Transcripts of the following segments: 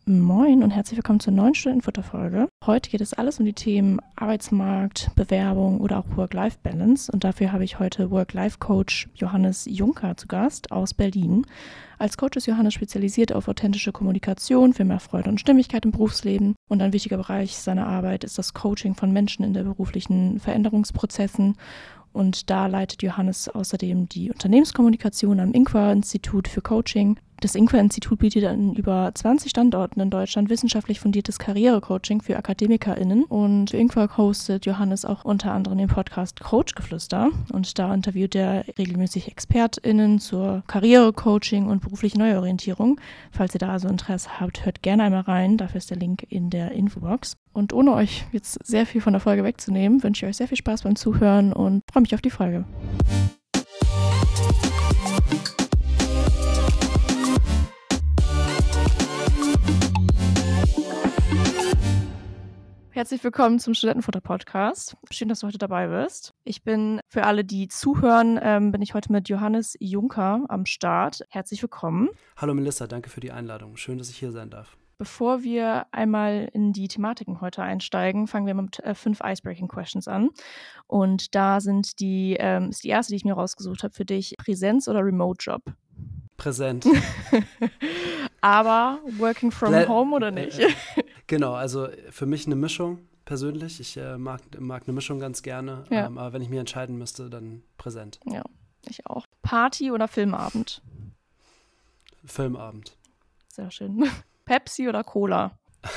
Moin und herzlich willkommen zur neuen Studentenfutter-Folge. Heute geht es alles um die Themen Arbeitsmarkt, Bewerbung oder auch Work-Life-Balance. Und dafür habe ich heute Work-Life-Coach Johannes Juncker zu Gast aus Berlin. Als Coach ist Johannes spezialisiert auf authentische Kommunikation für mehr Freude und Stimmigkeit im Berufsleben. Und ein wichtiger Bereich seiner Arbeit ist das Coaching von Menschen in der beruflichen Veränderungsprozessen. Und da leitet Johannes außerdem die Unternehmenskommunikation am INQUA-Institut für Coaching. Das INQUA-Institut bietet an über 20 Standorten in Deutschland wissenschaftlich fundiertes Karrierecoaching für AkademikerInnen. Und für INQUA hostet Johannes auch unter anderem den Podcast Coachgeflüster. Und da interviewt er regelmäßig ExpertInnen zur Karrierecoaching und berufliche Neuorientierung. Falls ihr da also Interesse habt, hört gerne einmal rein. Dafür ist der Link in der Infobox. Und ohne euch jetzt sehr viel von der Folge wegzunehmen, wünsche ich euch sehr viel Spaß beim Zuhören und freue mich auf die Folge. Herzlich willkommen zum Studentenfutter-Podcast. Schön, dass du heute dabei bist. Ich bin, für alle, die zuhören, bin ich heute mit Johannes Juncker am Start. Herzlich willkommen. Hallo Melissa, danke für die Einladung. Schön, dass ich hier sein darf. Bevor wir einmal in die Thematiken heute einsteigen, fangen wir mit 5 Icebreaking Questions an. Und da ist die erste, die ich mir rausgesucht habe für dich, Präsenz- oder Remote-Job? Präsent. Aber working from home oder nicht? Genau, also für mich eine Mischung persönlich. Ich mag eine Mischung ganz gerne, ja. Aber wenn ich mir entscheiden müsste, dann präsent. Ja, ich auch. Party oder Filmabend? Filmabend. Sehr schön. Pepsi oder Cola?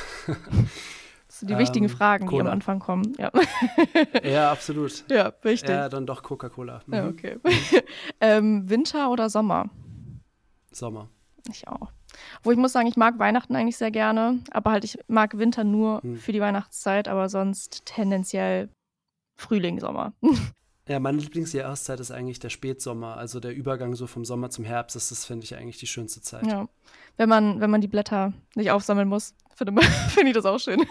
Das sind die wichtigen Fragen, Cola. Die am Anfang kommen. Ja, ja absolut. Ja, wichtig. Ja, dann doch Coca-Cola. Ja, okay. Winter oder Sommer? Sommer. Ich auch. Wo ich muss sagen, ich mag Weihnachten eigentlich sehr gerne, aber halt ich mag Winter nur für die Weihnachtszeit, aber sonst tendenziell Frühling, Sommer. Ja, meine Lieblingsjahreszeit ist eigentlich der Spätsommer, also der Übergang so vom Sommer zum Herbst, das finde ich eigentlich die schönste Zeit. Ja, wenn man die Blätter nicht aufsammeln muss, finde ich das auch schön.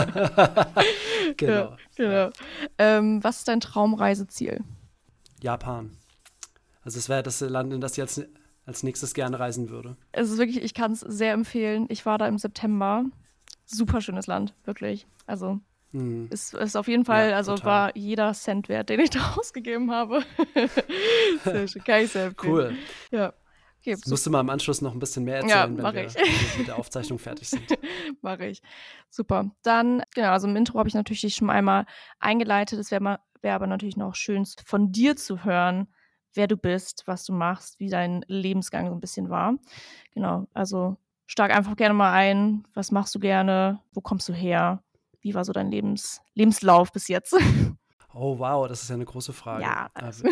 Genau. Ja. Was ist dein Traumreiseziel? Japan. Also es wäre das Land, in das ich als nächstes gerne reisen würde. Es ist wirklich, ich kann es sehr empfehlen. Ich war da im September. Super schönes Land, wirklich. Also ist auf jeden Fall, total. War jeder Cent wert, den ich da ausgegeben habe. Sehr schön, kann ich sehr empfehlen. Cool. Ja. Okay, musst du mal im Anschluss noch ein bisschen mehr erzählen, wenn wir mit der Aufzeichnung fertig sind. Mache ich. Super. Dann, genau, also im Intro habe ich natürlich dich schon einmal eingeleitet. Es wäre aber natürlich noch schön von dir zu hören, wer du bist, was du machst, wie dein Lebensgang so ein bisschen war. Genau, also steig einfach gerne mal ein. Was machst du gerne? Wo kommst du her? Wie war so dein Lebenslauf bis jetzt? Oh, wow, das ist ja eine große Frage. Ja.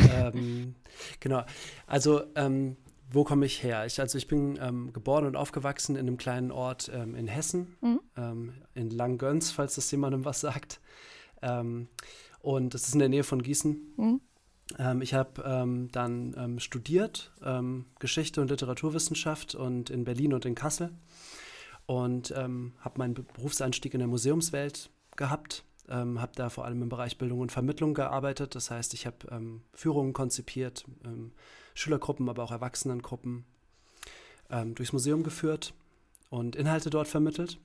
Genau, also wo komme ich her? Ich bin geboren und aufgewachsen in einem kleinen Ort in Hessen, in Langgöns, falls das jemandem was sagt. Und das ist in der Nähe von Gießen. Ich habe dann studiert, Geschichte und Literaturwissenschaft und in Berlin und in Kassel und habe meinen Berufseinstieg in der Museumswelt gehabt, habe da vor allem im Bereich Bildung und Vermittlung gearbeitet. Das heißt, ich habe Führungen konzipiert, Schülergruppen, aber auch Erwachsenengruppen durchs Museum geführt und Inhalte dort vermittelt.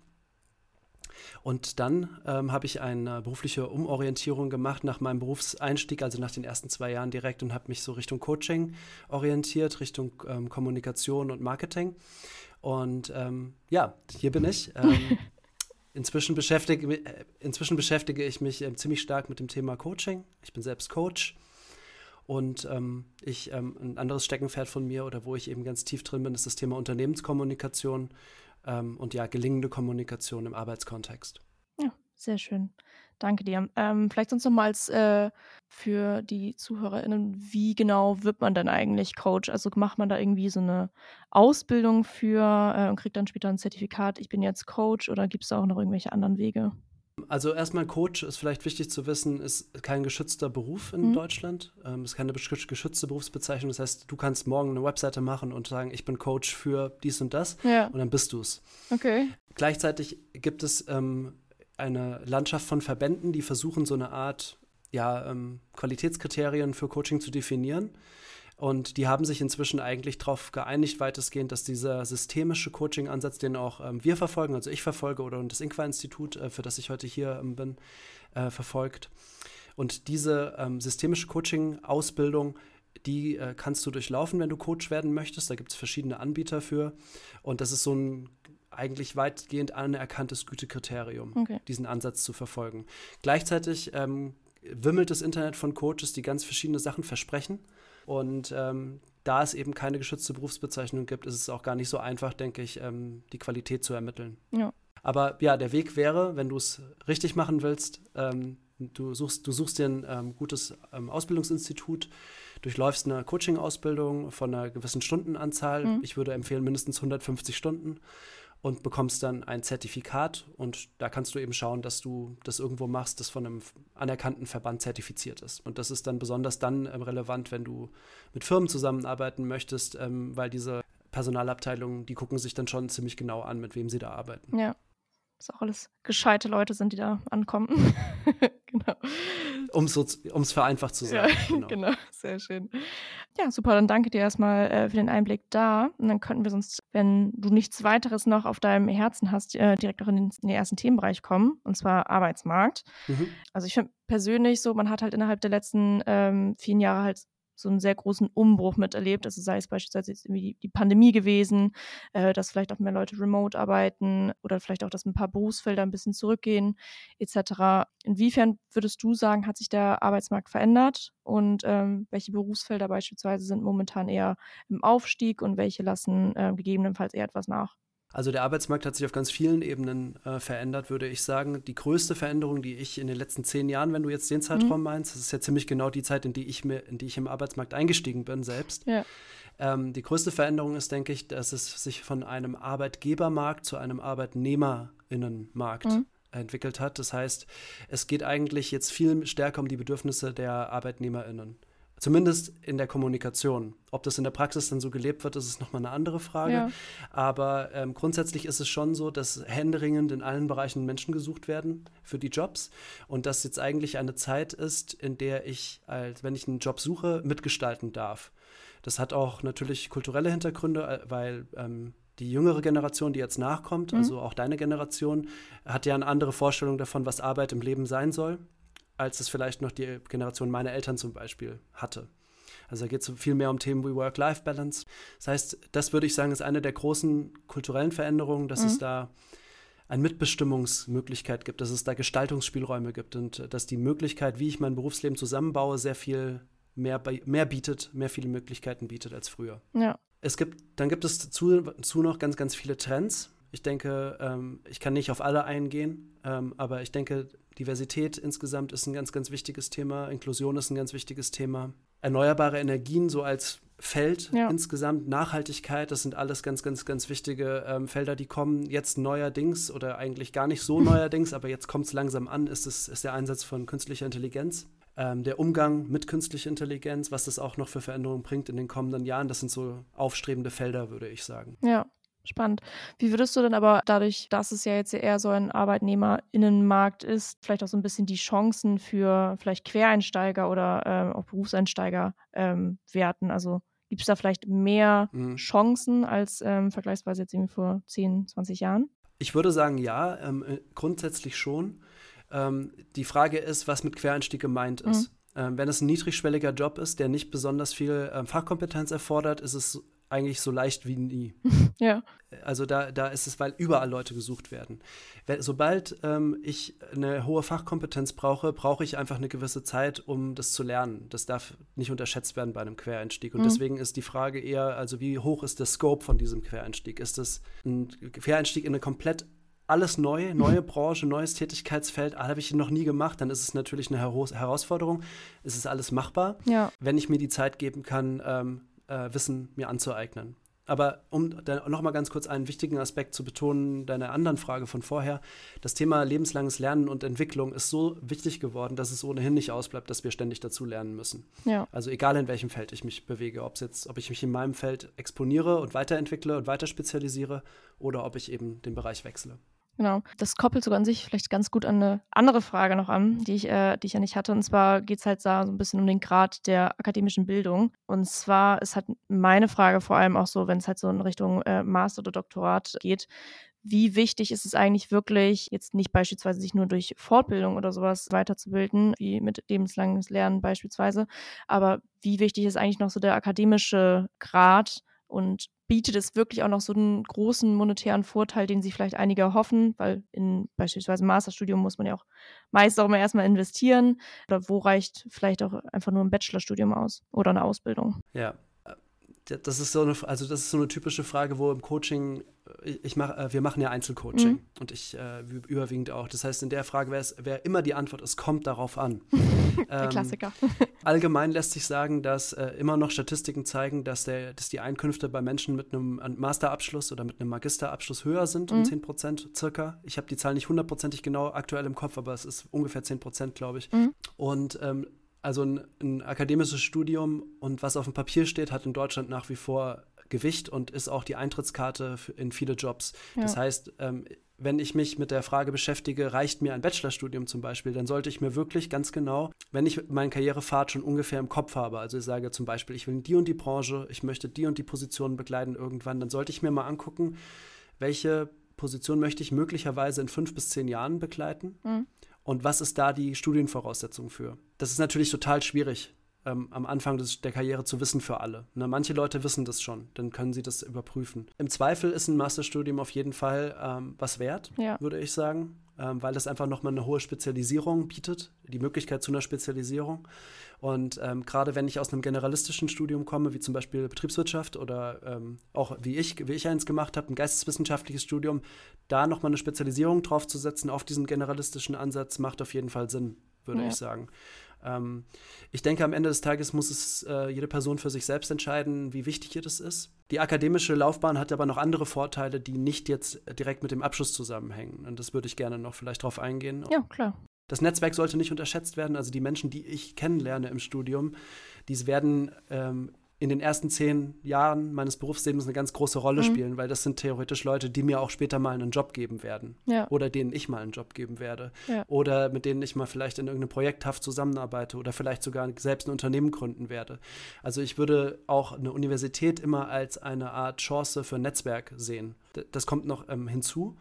Und dann habe ich eine berufliche Umorientierung gemacht nach meinem Berufseinstieg, also nach den ersten 2 Jahren direkt und habe mich so Richtung Coaching orientiert, Richtung Kommunikation und Marketing. Und hier bin ich. Inzwischen beschäftige ich mich ziemlich stark mit dem Thema Coaching. Ich bin selbst Coach. Und ein anderes Steckenpferd von mir oder wo ich eben ganz tief drin bin, ist das Thema Unternehmenskommunikation. Und gelingende Kommunikation im Arbeitskontext. Ja, sehr schön. Danke dir. Vielleicht sonst noch mal für die ZuhörerInnen, wie genau wird man denn eigentlich Coach? Also macht man da irgendwie so eine Ausbildung für und kriegt dann später ein Zertifikat, ich bin jetzt Coach, oder gibt es da auch noch irgendwelche anderen Wege? Also erstmal Coach ist vielleicht wichtig zu wissen, ist kein geschützter Beruf in Deutschland. Ist keine geschützte Berufsbezeichnung. Das heißt, du kannst morgen eine Webseite machen und sagen, ich bin Coach für dies und das und dann bist du es. Okay. Gleichzeitig gibt es eine Landschaft von Verbänden, die versuchen, so eine Art Qualitätskriterien für Coaching zu definieren. Und die haben sich inzwischen eigentlich darauf geeinigt, weitestgehend, dass dieser systemische Coaching-Ansatz, den auch wir verfolgen, also ich verfolge oder das INQUA-Institut, für das ich heute hier bin, verfolgt. Und diese systemische Coaching-Ausbildung, die kannst du durchlaufen, wenn du Coach werden möchtest. Da gibt es verschiedene Anbieter für. Und das ist so ein eigentlich weitgehend anerkanntes Gütekriterium, diesen Ansatz zu verfolgen. Gleichzeitig wimmelt das Internet von Coaches, die ganz verschiedene Sachen versprechen. Und da es eben keine geschützte Berufsbezeichnung gibt, ist es auch gar nicht so einfach, denke ich, die Qualität zu ermitteln. Ja. Aber ja, der Weg wäre, wenn du es richtig machen willst, du suchst dir ein gutes Ausbildungsinstitut, durchläufst eine Coaching-Ausbildung von einer gewissen Stundenanzahl. Ich würde empfehlen, mindestens 150 Stunden. Und bekommst dann ein Zertifikat und da kannst du eben schauen, dass du das irgendwo machst, das von einem anerkannten Verband zertifiziert ist. Und das ist dann besonders dann relevant, wenn du mit Firmen zusammenarbeiten möchtest, weil diese Personalabteilungen, die gucken sich dann schon ziemlich genau an, mit wem sie da arbeiten. Ja, dass auch alles gescheite Leute sind, die da ankommen. Genau. Um es vereinfacht zu sagen. Ja, genau, sehr schön. Ja, super, dann danke dir erstmal für den Einblick da. Und dann könnten wir sonst, wenn du nichts weiteres noch auf deinem Herzen hast, direkt auch in den ersten Themenbereich kommen, und zwar Arbeitsmarkt. Also ich finde persönlich so, man hat halt innerhalb der letzten 4 Jahre halt so einen sehr großen Umbruch miterlebt. Also sei es beispielsweise jetzt irgendwie die Pandemie gewesen, dass vielleicht auch mehr Leute remote arbeiten oder vielleicht auch, dass ein paar Berufsfelder ein bisschen zurückgehen etc. Inwiefern würdest du sagen, hat sich der Arbeitsmarkt verändert und welche Berufsfelder beispielsweise sind momentan eher im Aufstieg und welche lassen gegebenenfalls eher etwas nach? Also der Arbeitsmarkt hat sich auf ganz vielen Ebenen verändert, würde ich sagen. Die größte Veränderung, die ich in den letzten 10 Jahren, wenn du jetzt den Zeitraum meinst, das ist ja ziemlich genau die Zeit, in die ich im Arbeitsmarkt eingestiegen bin selbst. Ja. Die größte Veränderung ist, denke ich, dass es sich von einem Arbeitgebermarkt zu einem ArbeitnehmerInnenmarkt entwickelt hat. Das heißt, es geht eigentlich jetzt viel stärker um die Bedürfnisse der ArbeitnehmerInnen. Zumindest in der Kommunikation. Ob das in der Praxis dann so gelebt wird, das ist nochmal eine andere Frage. Ja. Aber grundsätzlich ist es schon so, dass händeringend in allen Bereichen Menschen gesucht werden für die Jobs. Und dass jetzt eigentlich eine Zeit ist, in der ich, wenn ich einen Job suche, mitgestalten darf. Das hat auch natürlich kulturelle Hintergründe, weil die jüngere Generation, die jetzt nachkommt, also auch deine Generation, hat ja eine andere Vorstellung davon, was Arbeit im Leben sein soll, als es vielleicht noch die Generation meiner Eltern zum Beispiel hatte. Also da geht es viel mehr um Themen wie Work-Life-Balance. Das heißt, das würde ich sagen, ist eine der großen kulturellen Veränderungen, dass es da eine Mitbestimmungsmöglichkeit gibt, dass es da Gestaltungsspielräume gibt und dass die Möglichkeit, wie ich mein Berufsleben zusammenbaue, sehr viel mehr bietet, mehr viele Möglichkeiten bietet als früher. Ja. Dann gibt es dazu noch ganz, ganz viele Trends. Ich denke, ich kann nicht auf alle eingehen, aber ich denke, Diversität insgesamt ist ein ganz, ganz wichtiges Thema. Inklusion ist ein ganz wichtiges Thema. Erneuerbare Energien so als Feld insgesamt, Nachhaltigkeit, das sind alles ganz, ganz, ganz wichtige Felder, die kommen jetzt neuerdings oder eigentlich gar nicht so neuerdings, aber jetzt kommt es langsam an, ist der Einsatz von künstlicher Intelligenz. Der Umgang mit künstlicher Intelligenz, was das auch noch für Veränderungen bringt in den kommenden Jahren, das sind so aufstrebende Felder, würde ich sagen. Ja. Spannend. Wie würdest du denn aber dadurch, dass es ja jetzt eher so ein ArbeitnehmerInnenmarkt ist, vielleicht auch so ein bisschen die Chancen für vielleicht Quereinsteiger oder auch Berufseinsteiger werten? Also gibt es da vielleicht mehr Chancen als vergleichsweise jetzt irgendwie vor 10, 20 Jahren? Ich würde sagen, ja, grundsätzlich schon. Die Frage ist, was mit Quereinstieg gemeint ist. Wenn es ein niedrigschwelliger Job ist, der nicht besonders viel Fachkompetenz erfordert, ist es eigentlich so leicht wie nie. Ja. Also da ist es, weil überall Leute gesucht werden. Sobald ich eine hohe Fachkompetenz brauche ich einfach eine gewisse Zeit, um das zu lernen. Das darf nicht unterschätzt werden bei einem Quereinstieg. Und deswegen ist die Frage eher, also wie hoch ist der Scope von diesem Quereinstieg? Ist das ein Quereinstieg in eine komplett alles neue Branche, neues Tätigkeitsfeld, habe ich noch nie gemacht, dann ist es natürlich eine Herausforderung. Es ist alles machbar, wenn ich mir die Zeit geben kann, Wissen mir anzueignen. Aber um noch mal ganz kurz einen wichtigen Aspekt zu betonen, deiner anderen Frage von vorher, das Thema lebenslanges Lernen und Entwicklung ist so wichtig geworden, dass es ohnehin nicht ausbleibt, dass wir ständig dazu lernen müssen. Ja. Also egal in welchem Feld ich mich bewege, ob ich mich in meinem Feld exponiere und weiterentwickle und weiter spezialisiere oder ob ich eben den Bereich wechsle. Genau. Das koppelt sogar an sich vielleicht ganz gut an eine andere Frage noch an, die ich ja nicht hatte. Und zwar geht es halt da so ein bisschen um den Grad der akademischen Bildung. Und zwar ist halt meine Frage vor allem auch so, wenn es halt so in Richtung Master oder Doktorat geht, wie wichtig ist es eigentlich wirklich, jetzt nicht beispielsweise sich nur durch Fortbildung oder sowas weiterzubilden, wie mit lebenslanges Lernen beispielsweise, aber wie wichtig ist eigentlich noch so der akademische Grad und bietet es wirklich auch noch so einen großen monetären Vorteil, den sich vielleicht einige erhoffen, weil in beispielsweise Masterstudium muss man ja auch meist auch immer erstmal investieren, oder wo reicht vielleicht auch einfach nur ein Bachelorstudium aus oder eine Ausbildung? Ja, das ist so eine typische Frage, wo im Coaching, wir machen ja Einzelcoaching und ich überwiegend auch. Das heißt, in der Frage wäre immer die Antwort, es kommt darauf an. Der Klassiker. Allgemein lässt sich sagen, dass immer noch Statistiken zeigen, dass die Einkünfte bei Menschen mit einem Masterabschluss oder mit einem Magisterabschluss höher sind, um 10% circa. Ich habe die Zahl nicht 100%ig genau aktuell im Kopf, aber es ist ungefähr 10%, glaube ich. Und also ein akademisches Studium und was auf dem Papier steht, hat in Deutschland nach wie vor Gewicht und ist auch die Eintrittskarte in viele Jobs. Ja. Das heißt, wenn ich mich mit der Frage beschäftige, reicht mir ein Bachelorstudium zum Beispiel, dann sollte ich mir wirklich ganz genau, wenn ich meinen Karrierepfad schon ungefähr im Kopf habe, also ich sage zum Beispiel, ich will in die und die Branche, ich möchte die und die Positionen begleiten irgendwann, dann sollte ich mir mal angucken, welche Position möchte ich möglicherweise in 5 bis 10 Jahren begleiten. Und was ist da die Studienvoraussetzung für? Das ist natürlich total schwierig, am Anfang der Karriere zu wissen für alle. Ne, manche Leute wissen das schon, dann können sie das überprüfen. Im Zweifel ist ein Masterstudium auf jeden Fall was wert, würde ich sagen, weil das einfach nochmal eine hohe Spezialisierung bietet, die Möglichkeit zu einer Spezialisierung. Und gerade wenn ich aus einem generalistischen Studium komme, wie zum Beispiel Betriebswirtschaft oder auch wie ich eins gemacht habe, ein geisteswissenschaftliches Studium, da nochmal eine Spezialisierung draufzusetzen auf diesen generalistischen Ansatz, macht auf jeden Fall Sinn, würde ich sagen. Ich denke, am Ende des Tages muss es jede Person für sich selbst entscheiden, wie wichtig ihr das ist. Die akademische Laufbahn hat aber noch andere Vorteile, die nicht jetzt direkt mit dem Abschluss zusammenhängen. Und das würde ich gerne noch vielleicht drauf eingehen. Ja, klar. Das Netzwerk sollte nicht unterschätzt werden. Also die Menschen, die ich kennenlerne im Studium, die werden in den ersten 10 Jahren meines Berufslebens eine ganz große Rolle spielen, weil das sind theoretisch Leute, die mir auch später mal einen Job geben werden. Ja. Oder denen ich mal einen Job geben werde. Ja. Oder mit denen ich mal vielleicht in irgendeinem Projekthaft zusammenarbeite oder vielleicht sogar selbst ein Unternehmen gründen werde. Also ich würde auch eine Universität immer als eine Art Chance für ein Netzwerk sehen. Das kommt noch hinzu.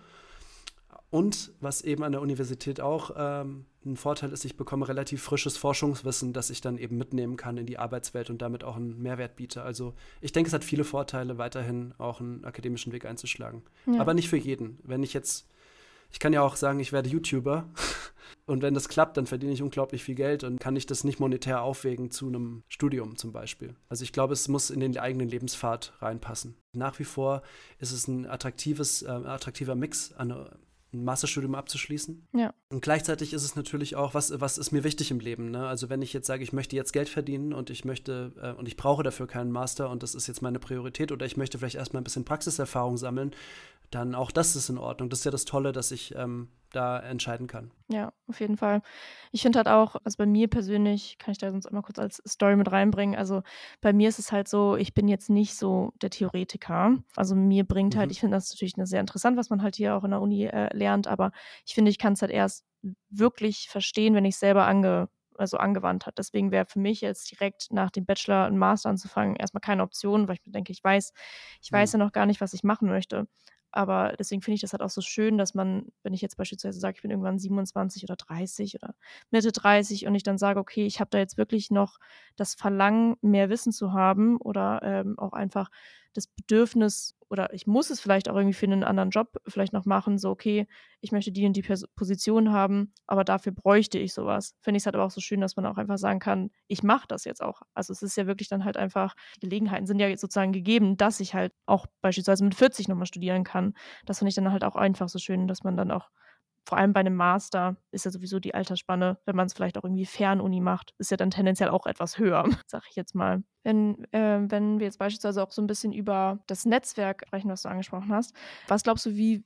Und was eben an der Universität auch ein Vorteil ist, ich bekomme relativ frisches Forschungswissen, das ich dann eben mitnehmen kann in die Arbeitswelt und damit auch einen Mehrwert biete. Also ich denke, es hat viele Vorteile, weiterhin auch einen akademischen Weg einzuschlagen. Ja. Aber nicht für jeden. Ich kann ja auch sagen, ich werde YouTuber und wenn das klappt, dann verdiene ich unglaublich viel Geld und kann ich das nicht monetär aufwägen zu einem Studium zum Beispiel. Also ich glaube, es muss in den eigenen Lebenspfad reinpassen. Nach wie vor ist es ein attraktiver Mix ein Masterstudium abzuschließen. Ja. Und gleichzeitig ist es natürlich auch, was ist mir wichtig im Leben, ne? Also wenn ich jetzt sage, ich möchte jetzt Geld verdienen und ich brauche dafür keinen Master und das ist jetzt meine Priorität oder ich möchte vielleicht erstmal ein bisschen Praxiserfahrung sammeln, dann auch das ist in Ordnung. Das ist ja das Tolle, dass ich da entscheiden kann. Ja, auf jeden Fall. Ich finde halt auch, also bei mir persönlich, kann ich da sonst einmal kurz als Story mit reinbringen, also bei mir ist es halt so, ich bin jetzt nicht so der Theoretiker. Also mir bringt halt, ich finde das natürlich sehr interessant, was man halt hier auch in der Uni lernt, aber ich finde, ich kann es halt erst wirklich verstehen, wenn ich es selber angewandt hat. Deswegen wäre für mich jetzt direkt nach dem Bachelor einen Master anzufangen erstmal keine Option, weil ich mir denke, ich weiß ja noch gar nicht, was ich machen möchte. Aber deswegen finde ich das halt auch so schön, dass man, wenn ich jetzt beispielsweise sage, ich bin irgendwann 27 oder 30 oder Mitte 30 und ich dann sage, okay, ich habe da jetzt wirklich noch das Verlangen, mehr Wissen zu haben oder auch einfach das Bedürfnis oder ich muss es vielleicht auch irgendwie für einen anderen Job vielleicht noch machen, so okay, ich möchte die und die Position haben, aber dafür bräuchte ich sowas. Finde ich es halt aber auch so schön, dass man auch einfach sagen kann, ich mache das jetzt auch. Also es ist ja wirklich dann halt einfach, die Gelegenheiten sind ja jetzt sozusagen gegeben, dass ich halt auch beispielsweise mit 40 nochmal studieren kann. Das finde ich dann halt auch einfach so schön, dass man dann auch vor allem bei einem Master ist ja sowieso die Altersspanne, wenn man es vielleicht auch irgendwie Fernuni macht, ist ja dann tendenziell auch etwas höher, sag ich jetzt mal. Wenn wir jetzt beispielsweise auch so ein bisschen über das Netzwerk sprechen, was du angesprochen hast, was glaubst du, wie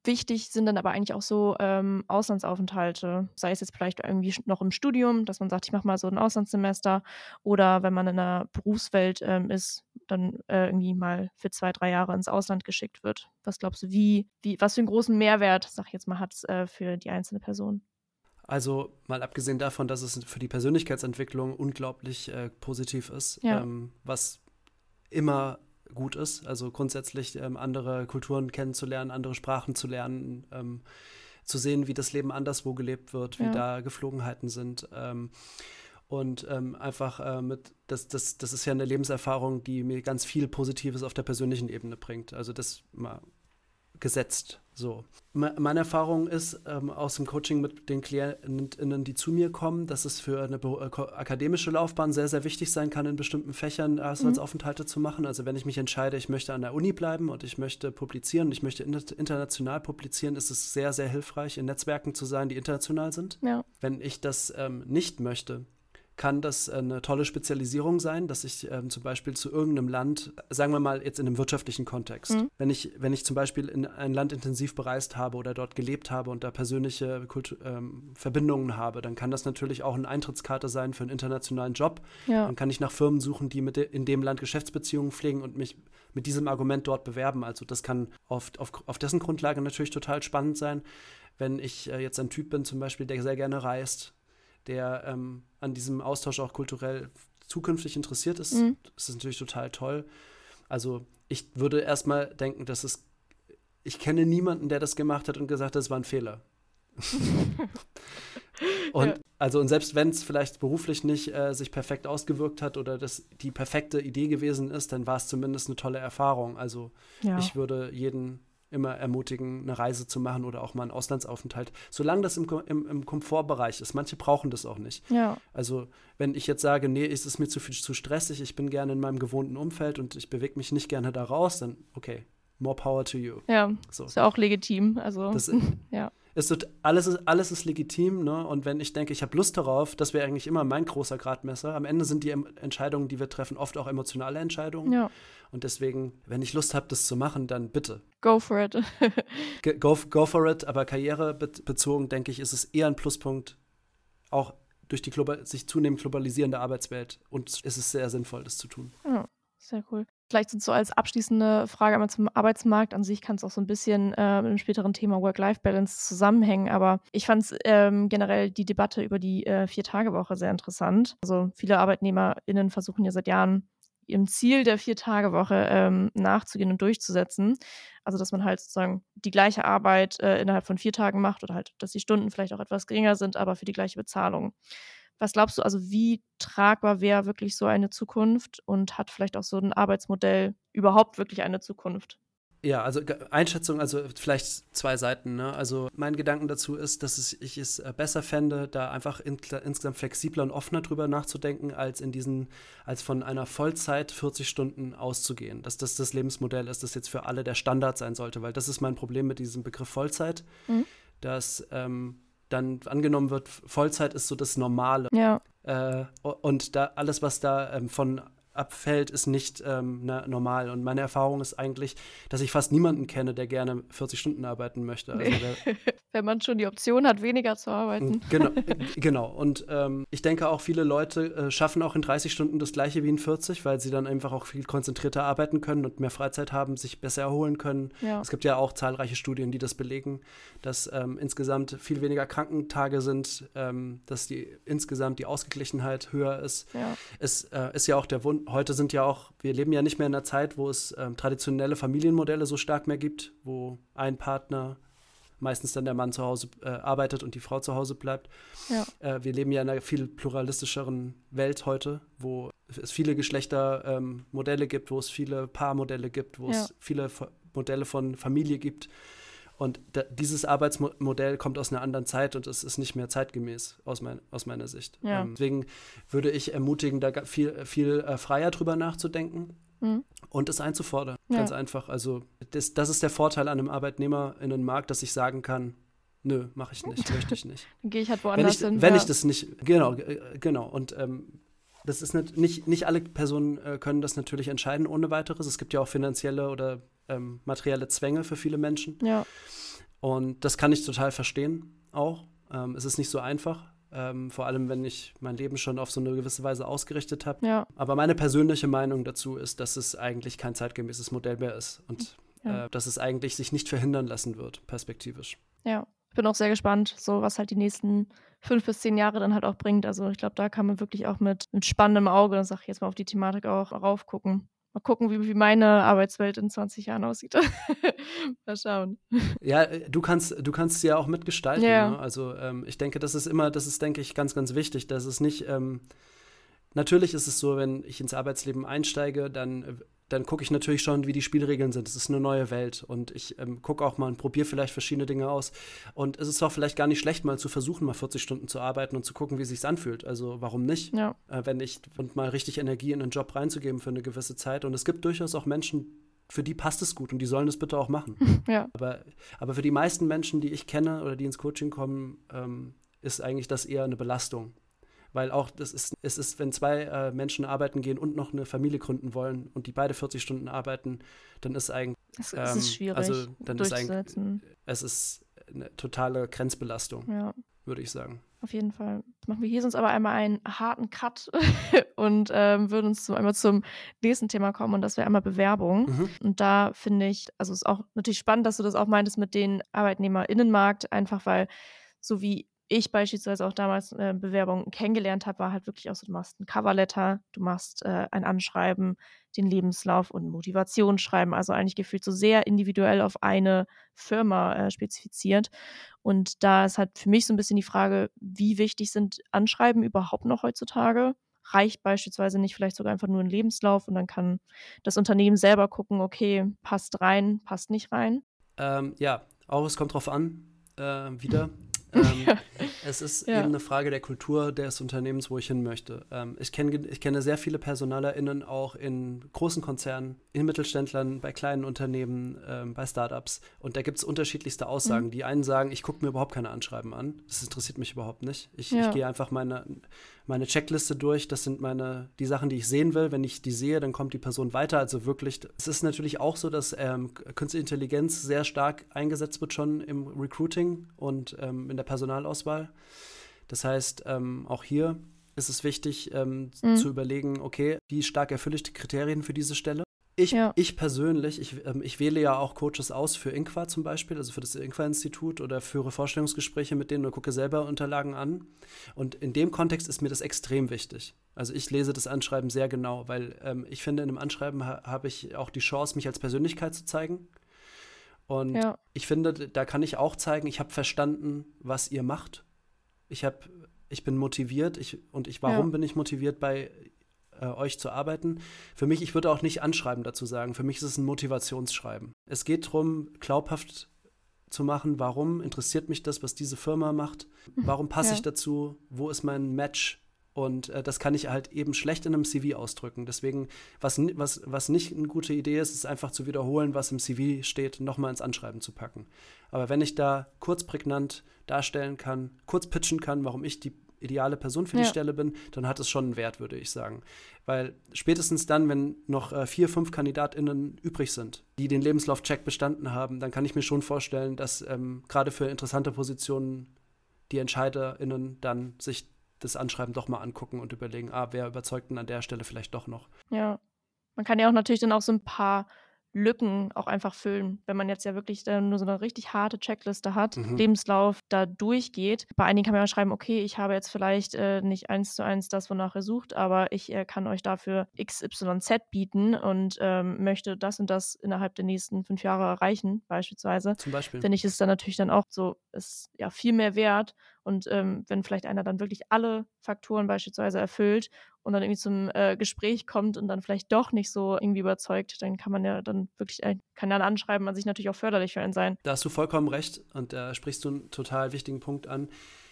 wichtig sind dann aber eigentlich auch so Auslandsaufenthalte, sei es jetzt vielleicht irgendwie noch im Studium, dass man sagt, ich mache mal so ein Auslandssemester oder wenn man in der Berufswelt ist, dann irgendwie mal für 2, 3 Jahre ins Ausland geschickt wird. Was glaubst du, was für einen großen Mehrwert, sag ich jetzt mal, hat es für die einzelne Person? Also mal abgesehen davon, dass es für die Persönlichkeitsentwicklung unglaublich positiv ist, Ja. was immer gut ist. Also grundsätzlich andere Kulturen kennenzulernen, andere Sprachen zu lernen, zu sehen, wie das Leben anderswo gelebt wird, wie da Geflogenheiten sind. Und einfach das ist ja eine Lebenserfahrung, die mir ganz viel Positives auf der persönlichen Ebene bringt. Also das mal gesetzt so. Meine Erfahrung ist aus dem Coaching mit den KlientInnen, die zu mir kommen, dass es für eine akademische Laufbahn sehr, sehr wichtig sein kann, in bestimmten Fächern Auslandsaufenthalte zu machen. Also wenn ich mich entscheide, ich möchte an der Uni bleiben und ich möchte publizieren und ich möchte international publizieren, ist es sehr, sehr hilfreich, in Netzwerken zu sein, die international sind. Ja. Wenn ich das nicht möchte, kann das eine tolle Spezialisierung sein, dass ich zum Beispiel zu irgendeinem Land, sagen wir mal jetzt in einem wirtschaftlichen Kontext, wenn ich zum Beispiel in ein Land intensiv bereist habe oder dort gelebt habe und da persönliche Verbindungen habe, dann kann das natürlich auch eine Eintrittskarte sein für einen internationalen Job. Ja. Dann kann ich nach Firmen suchen, die in dem Land Geschäftsbeziehungen pflegen und mich mit diesem Argument dort bewerben. Also das kann auf dessen Grundlage natürlich total spannend sein. Wenn ich jetzt ein Typ bin zum Beispiel, der sehr gerne reist, der an diesem Austausch auch kulturell zukünftig interessiert ist, ist es natürlich total toll. Also ich würde erstmal denken, ich kenne niemanden, der das gemacht hat und gesagt hat, das war ein Fehler. Und selbst wenn es vielleicht beruflich nicht sich perfekt ausgewirkt hat oder das die perfekte Idee gewesen ist, dann war es zumindest eine tolle Erfahrung. Also ich würde jeden immer ermutigen, eine Reise zu machen oder auch mal einen Auslandsaufenthalt, solange das im Komfortbereich ist. Manche brauchen das auch nicht. Ja. Also wenn ich jetzt sage, nee, ist es mir zu stressig, ich bin gerne in meinem gewohnten Umfeld und ich bewege mich nicht gerne da raus, dann okay, more power to you. Ja, so. Ist ja auch legitim. Also, ja. Alles ist legitim, ne? Und wenn ich denke, ich habe Lust darauf, das wäre eigentlich immer mein großer Gradmesser. Am Ende sind die Entscheidungen, die wir treffen, oft auch emotionale Entscheidungen. Ja. Und deswegen, wenn ich Lust habe, das zu machen, dann bitte. Go for it. Go for it, aber karrierebezogen, denke ich, ist es eher ein Pluspunkt, auch durch die sich zunehmend globalisierende Arbeitswelt. Und es ist sehr sinnvoll, das zu tun. Ja, sehr cool. Vielleicht so als abschließende Frage einmal zum Arbeitsmarkt. An sich kann es auch so ein bisschen mit dem späteren Thema Work-Life-Balance zusammenhängen, aber ich fand es generell die Debatte über die 4-Tage-Woche sehr interessant. Also viele ArbeitnehmerInnen versuchen ja seit Jahren ihrem Ziel der 4-Tage-Woche nachzugehen und durchzusetzen. Also dass man halt sozusagen die gleiche Arbeit innerhalb von 4 Tagen macht oder halt, dass die Stunden vielleicht auch etwas geringer sind, aber für die gleiche Bezahlung. Was glaubst du, also wie tragbar wäre wirklich so eine Zukunft und hat vielleicht auch so ein Arbeitsmodell überhaupt wirklich eine Zukunft? Ja, also Einschätzung, also vielleicht 2 Seiten. Ne? Also mein Gedanken dazu ist, dass ich es besser fände, da einfach insgesamt flexibler und offener drüber nachzudenken, als von einer Vollzeit 40 Stunden auszugehen. Dass das Lebensmodell ist, das jetzt für alle der Standard sein sollte, weil das ist mein Problem mit diesem Begriff Vollzeit, dass dann angenommen wird, Vollzeit ist so das Normale. Ja. Und da alles, was da von abfällt, ist nicht normal. Und meine Erfahrung ist eigentlich, dass ich fast niemanden kenne, der gerne 40 Stunden arbeiten möchte. Also wenn man schon die Option hat, weniger zu arbeiten. Genau. Und ich denke auch, viele Leute schaffen auch in 30 Stunden das Gleiche wie in 40, weil sie dann einfach auch viel konzentrierter arbeiten können und mehr Freizeit haben, sich besser erholen können. Ja. Es gibt ja auch zahlreiche Studien, die das belegen, dass insgesamt viel weniger Krankentage sind, dass insgesamt die Ausgeglichenheit höher ist. Ja. Es ist ja auch der Wunsch, wir leben ja nicht mehr in einer Zeit, wo es traditionelle Familienmodelle so stark mehr gibt, wo ein Partner, meistens dann der Mann zu Hause arbeitet und die Frau zu Hause bleibt. Ja. Wir leben ja in einer viel pluralistischeren Welt heute, wo es viele Geschlechtermodelle gibt, wo es viele Paarmodelle gibt, wo es viele Modelle von Familie gibt. Und dieses Arbeitsmodell kommt aus einer anderen Zeit und es ist nicht mehr zeitgemäß aus meiner Sicht. Ja. Deswegen würde ich ermutigen, da viel freier drüber nachzudenken und es einzufordern. Ja. Ganz einfach. Also das ist der Vorteil an einem ArbeitnehmerInnenmarkt, dass ich sagen kann, nö, mache ich nicht, möchte ich nicht. Dann gehe ich halt woanders hin. Wenn ich das nicht, genau. Und das ist nicht alle Personen können das natürlich entscheiden ohne weiteres. Es gibt ja auch finanzielle oder materielle Zwänge für viele Menschen. Ja. Und das kann ich total verstehen auch. Es ist nicht so einfach, vor allem wenn ich mein Leben schon auf so eine gewisse Weise ausgerichtet habe. Ja. Aber meine persönliche Meinung dazu ist, dass es eigentlich kein zeitgemäßes Modell mehr ist und dass es eigentlich sich nicht verhindern lassen wird, perspektivisch. Ja, ich bin auch sehr gespannt, so was halt die nächsten 5 bis 10 Jahre dann halt auch bringt. Also ich glaube, da kann man wirklich auch mit spannendem Auge, sag ich jetzt mal, auf die Thematik auch raufgucken. Mal gucken, wie meine Arbeitswelt in 20 Jahren aussieht. Mal schauen. Ja, du kannst sie ja auch mitgestalten. Ja. Ne? Also ich denke, das ist, denke ich, ganz, ganz wichtig, dass es nicht, natürlich ist es so, wenn ich ins Arbeitsleben einsteige, dann gucke ich natürlich schon, wie die Spielregeln sind. Es ist eine neue Welt und ich gucke auch mal und probiere vielleicht verschiedene Dinge aus. Und es ist auch vielleicht gar nicht schlecht, mal zu versuchen, mal 40 Stunden zu arbeiten und zu gucken, wie es sich anfühlt. Also warum nicht? Ja. Und mal richtig Energie in einen Job reinzugeben für eine gewisse Zeit. Und es gibt durchaus auch Menschen, für die passt es gut und die sollen es bitte auch machen. Ja. Aber für die meisten Menschen, die ich kenne oder die ins Coaching kommen, ist eigentlich das eher eine Belastung. Weil auch es ist, wenn 2 Menschen arbeiten gehen und noch eine Familie gründen wollen und die beide 40 Stunden arbeiten, dann ist eigentlich Es ist schwierig durchzusetzen. Es ist eine totale Grenzbelastung, würde ich sagen. Auf jeden Fall. Jetzt machen wir hier sonst aber einmal einen harten Cut und würden uns einmal zum nächsten Thema kommen und das wäre einmal Bewerbung. Mhm. Und da finde ich, also es ist auch natürlich spannend, dass du das auch meintest mit den ArbeitnehmerInnenmarkt, einfach weil so wie ich beispielsweise auch damals Bewerbungen kennengelernt habe, war halt wirklich auch so, du machst ein Coverletter, du machst ein Anschreiben, den Lebenslauf und ein Motivationsschreiben, also eigentlich gefühlt so sehr individuell auf eine Firma spezifiziert. Und da ist halt für mich so ein bisschen die Frage, wie wichtig sind Anschreiben überhaupt noch heutzutage? Reicht beispielsweise nicht vielleicht sogar einfach nur ein Lebenslauf und dann kann das Unternehmen selber gucken, okay, passt rein, passt nicht rein? Ja, auch es kommt drauf an, wieder. Es ist eben eine Frage der Kultur des Unternehmens, wo ich hin möchte. Ich kenne sehr viele PersonalerInnen auch in großen Konzernen, in Mittelständlern, bei kleinen Unternehmen, bei Startups. Und da gibt es unterschiedlichste Aussagen. Die einen sagen, ich gucke mir überhaupt keine Anschreiben an. Das interessiert mich überhaupt nicht. Ich gehe einfach meine Checkliste durch. Das sind die Sachen, die ich sehen will. Wenn ich die sehe, dann kommt die Person weiter. Also wirklich, es ist natürlich auch so, dass Künstliche Intelligenz sehr stark eingesetzt wird schon im Recruiting und in der Personalauswahl. Das heißt, auch hier ist es wichtig zu überlegen, okay, wie stark erfülle ich die Kriterien für diese Stelle? Ich persönlich, ich wähle ja auch Coaches aus für INQUA zum Beispiel, also für das INQUA-Institut oder führe Vorstellungsgespräche mit denen und gucke selber Unterlagen an. Und in dem Kontext ist mir das extrem wichtig. Also ich lese das Anschreiben sehr genau, weil ich finde, in einem Anschreiben habe ich auch die Chance, mich als Persönlichkeit zu zeigen. Und ich finde, da kann ich auch zeigen, ich habe verstanden, was ihr macht. Ich bin motiviert warum bin ich motiviert, bei euch zu arbeiten. Für mich, ich würde auch nicht Anschreiben dazu sagen, für mich ist es ein Motivationsschreiben. Es geht darum, glaubhaft zu machen, warum interessiert mich das, was diese Firma macht, warum passe ich dazu, wo ist mein Match. Und das kann ich halt eben schlecht in einem CV ausdrücken. Deswegen, was nicht eine gute Idee ist, ist einfach zu wiederholen, was im CV steht, nochmal ins Anschreiben zu packen. Aber wenn ich da kurz prägnant darstellen kann, kurz pitchen kann, warum ich die ideale Person für die Stelle bin, dann hat es schon einen Wert, würde ich sagen. Weil spätestens dann, wenn noch 4, 5 KandidatInnen übrig sind, die den Lebenslauf-Check bestanden haben, dann kann ich mir schon vorstellen, dass gerade für interessante Positionen die EntscheiderInnen dann sich das Anschreiben doch mal angucken und überlegen, wer überzeugt denn an der Stelle vielleicht doch noch. Ja, man kann ja auch natürlich dann auch so ein paar Lücken auch einfach füllen, wenn man jetzt ja wirklich nur so eine richtig harte Checkliste hat, Lebenslauf da durchgeht. Bei einigen kann man ja schreiben, okay, ich habe jetzt vielleicht nicht 1:1 das, wonach ihr sucht, aber ich kann euch dafür XYZ bieten und möchte das und das innerhalb der nächsten 5 Jahre erreichen, beispielsweise. Zum Beispiel. Finde ich, ist dann natürlich dann auch so, ist ja viel mehr wert. Und wenn vielleicht einer dann wirklich alle Faktoren beispielsweise erfüllt und dann irgendwie zum Gespräch kommt und dann vielleicht doch nicht so irgendwie überzeugt, dann kann man ja dann wirklich, kann dann Anschreiben an sich natürlich auch förderlich für einen sein. Da hast du vollkommen recht und da sprichst du einen total wichtigen Punkt an.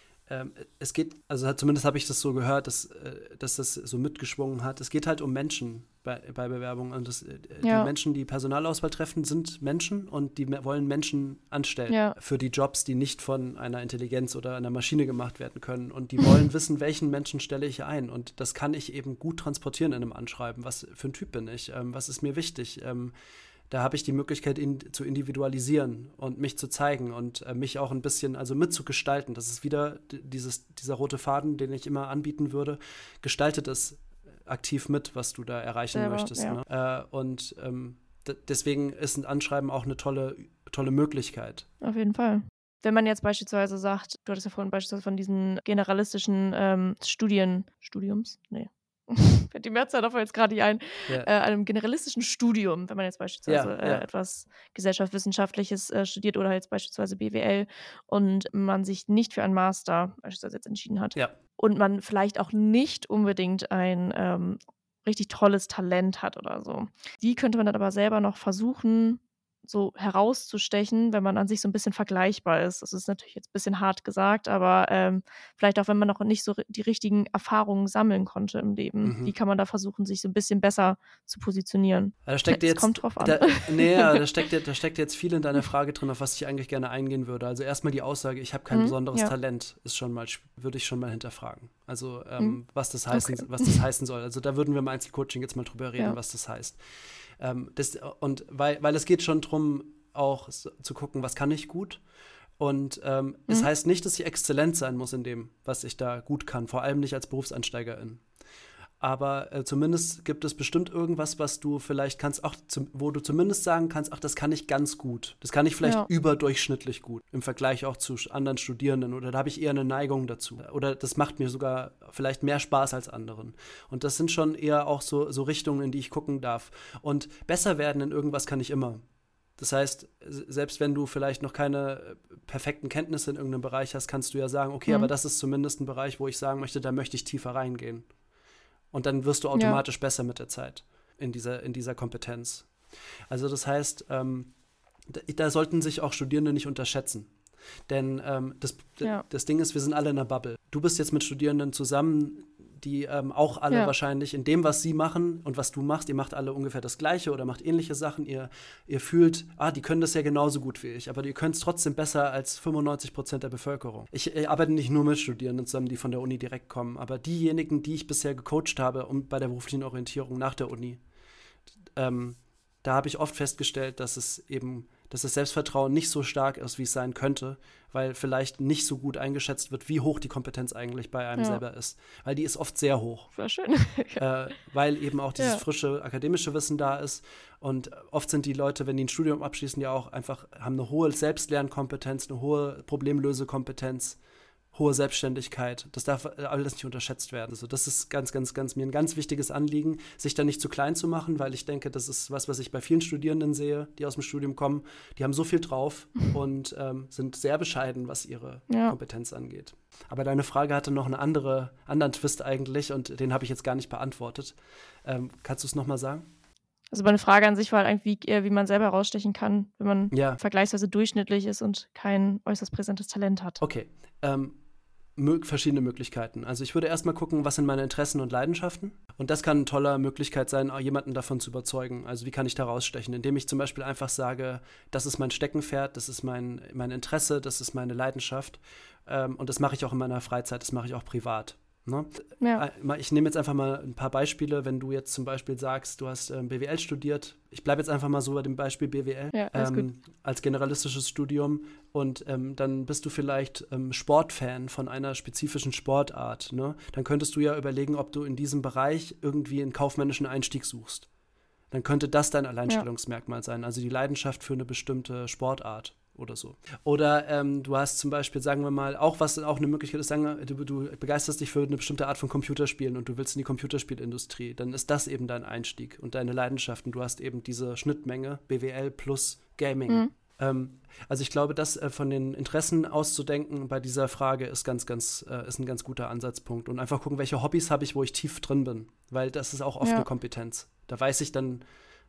Es geht, also zumindest habe ich das so gehört, dass das so mitgeschwungen hat. Es geht halt um Menschen bei Bewerbungen. Und die Menschen, die Personalauswahl treffen, sind Menschen und die wollen Menschen anstellen für die Jobs, die nicht von einer Intelligenz oder einer Maschine gemacht werden können. Und die wollen wissen, welchen Menschen stelle ich ein. Und das kann ich eben gut transportieren in einem Anschreiben. Was für ein Typ bin ich? Was ist mir wichtig? da habe ich die Möglichkeit, ihn zu individualisieren und mich zu zeigen und mich auch ein bisschen also mitzugestalten. Das ist wieder dieser rote Faden, den ich immer anbieten würde. Gestaltet es aktiv mit, was du da erreichen möchtest. Ja. Ne? Deswegen ist ein Anschreiben auch eine tolle Möglichkeit. Auf jeden Fall. Wenn man jetzt beispielsweise sagt, du hattest ja vorhin beispielsweise von diesen generalistischen Studiums? Nee. Fällt die Mehrzahl davon jetzt gerade nicht ein. Einem generalistischen Studium, wenn man jetzt beispielsweise etwas Gesellschaftswissenschaftliches studiert oder jetzt beispielsweise BWL und man sich nicht für einen Master beispielsweise jetzt entschieden hat und man vielleicht auch nicht unbedingt ein richtig tolles Talent hat oder so. Die könnte man dann aber selber noch versuchen, so herauszustechen, wenn man an sich so ein bisschen vergleichbar ist. Das ist natürlich jetzt ein bisschen hart gesagt, aber vielleicht auch, wenn man noch nicht so die richtigen Erfahrungen sammeln konnte im Leben. Wie kann man da versuchen, sich so ein bisschen besser zu positionieren? Das kommt drauf an. Da steckt jetzt viel in deiner Frage drin, auf was ich eigentlich gerne eingehen würde. Also erstmal die Aussage, ich habe kein besonderes Talent, würde ich schon mal hinterfragen. Also was das heißen soll. Also da würden wir im Einzelcoaching jetzt mal drüber reden, was das heißt. Weil es geht schon darum, auch zu gucken, was kann ich gut. Und es heißt nicht, dass ich exzellent sein muss in dem, was ich da gut kann, vor allem nicht als Berufseinsteigerin. Aber zumindest gibt es bestimmt irgendwas, was du vielleicht kannst, wo du zumindest sagen kannst, ach, das kann ich ganz gut. Das kann ich vielleicht überdurchschnittlich gut im Vergleich auch zu anderen Studierenden. Oder da habe ich eher eine Neigung dazu. Oder das macht mir sogar vielleicht mehr Spaß als anderen. Und das sind schon eher auch so Richtungen, in die ich gucken darf. Und besser werden in irgendwas kann ich immer. Das heißt, selbst wenn du vielleicht noch keine perfekten Kenntnisse in irgendeinem Bereich hast, kannst du ja sagen, okay, aber das ist zumindest ein Bereich, wo ich sagen möchte, da möchte ich tiefer reingehen. Und dann wirst du automatisch besser mit der Zeit in dieser Kompetenz. Also das heißt, da sollten sich auch Studierende nicht unterschätzen. Denn das Ding ist, wir sind alle in einer Bubble. Du bist jetzt mit Studierenden zusammen, die auch alle wahrscheinlich in dem, was sie machen und was du machst, ihr macht alle ungefähr das Gleiche oder macht ähnliche Sachen. Ihr fühlt, die können das ja genauso gut wie ich, aber ihr könnt es trotzdem besser als 95% der Bevölkerung. Ich arbeite nicht nur mit Studierenden zusammen, die von der Uni direkt kommen, aber diejenigen, die ich bisher gecoacht habe bei der beruflichen Orientierung nach der Uni, da habe ich oft festgestellt, dass das Selbstvertrauen nicht so stark ist, wie es sein könnte, weil vielleicht nicht so gut eingeschätzt wird, wie hoch die Kompetenz eigentlich bei einem selber ist. Weil die ist oft sehr hoch. War schön. Weil eben auch dieses frische akademische Wissen da ist. Und oft sind die Leute, wenn die ein Studium abschließen, ja auch einfach, haben eine hohe Selbstlernkompetenz, eine hohe Problemlösekompetenz, hohe Selbstständigkeit. Das darf alles nicht unterschätzt werden. Also das ist mir ein ganz wichtiges Anliegen, sich da nicht zu klein zu machen, weil ich denke, das ist was ich bei vielen Studierenden sehe, die aus dem Studium kommen. Die haben so viel drauf und sind sehr bescheiden, was ihre Kompetenz angeht. Aber deine Frage hatte noch einen anderen Twist eigentlich und den habe ich jetzt gar nicht beantwortet. Kannst du es nochmal sagen? Also meine Frage an sich war halt eigentlich, wie man selber herausstechen kann, wenn man vergleichsweise durchschnittlich ist und kein äußerst präsentes Talent hat. Okay, verschiedene Möglichkeiten. Also ich würde erstmal gucken, was sind meine Interessen und Leidenschaften. Und das kann eine tolle Möglichkeit sein, jemanden davon zu überzeugen. Also wie kann ich da rausstechen? Indem ich zum Beispiel einfach sage, das ist mein Steckenpferd, das ist mein Interesse, das ist meine Leidenschaft. Und das mache ich auch in meiner Freizeit, das mache ich auch privat. Ne? Ja. Ich nehme jetzt einfach mal ein paar Beispiele. Wenn du jetzt zum Beispiel sagst, du hast BWL studiert, ich bleibe jetzt einfach mal so bei dem Beispiel BWL, als generalistisches Studium und dann bist du vielleicht Sportfan von einer spezifischen Sportart. Ne? Dann könntest du ja überlegen, ob du in diesem Bereich irgendwie einen kaufmännischen Einstieg suchst. Dann könnte das dein Alleinstellungsmerkmal sein, also die Leidenschaft für eine bestimmte Sportart. Oder so. Oder du hast zum Beispiel, sagen wir mal, was auch eine Möglichkeit ist, sagen wir, du begeisterst dich für eine bestimmte Art von Computerspielen und du willst in die Computerspielindustrie, dann ist das eben dein Einstieg und deine Leidenschaft und du hast eben diese Schnittmenge BWL plus Gaming. Also ich glaube, das von den Interessen auszudenken bei dieser Frage ist ein ganz guter Ansatzpunkt und einfach gucken, welche Hobbys habe ich, wo ich tief drin bin, weil das ist auch oft eine Kompetenz. Da weiß ich dann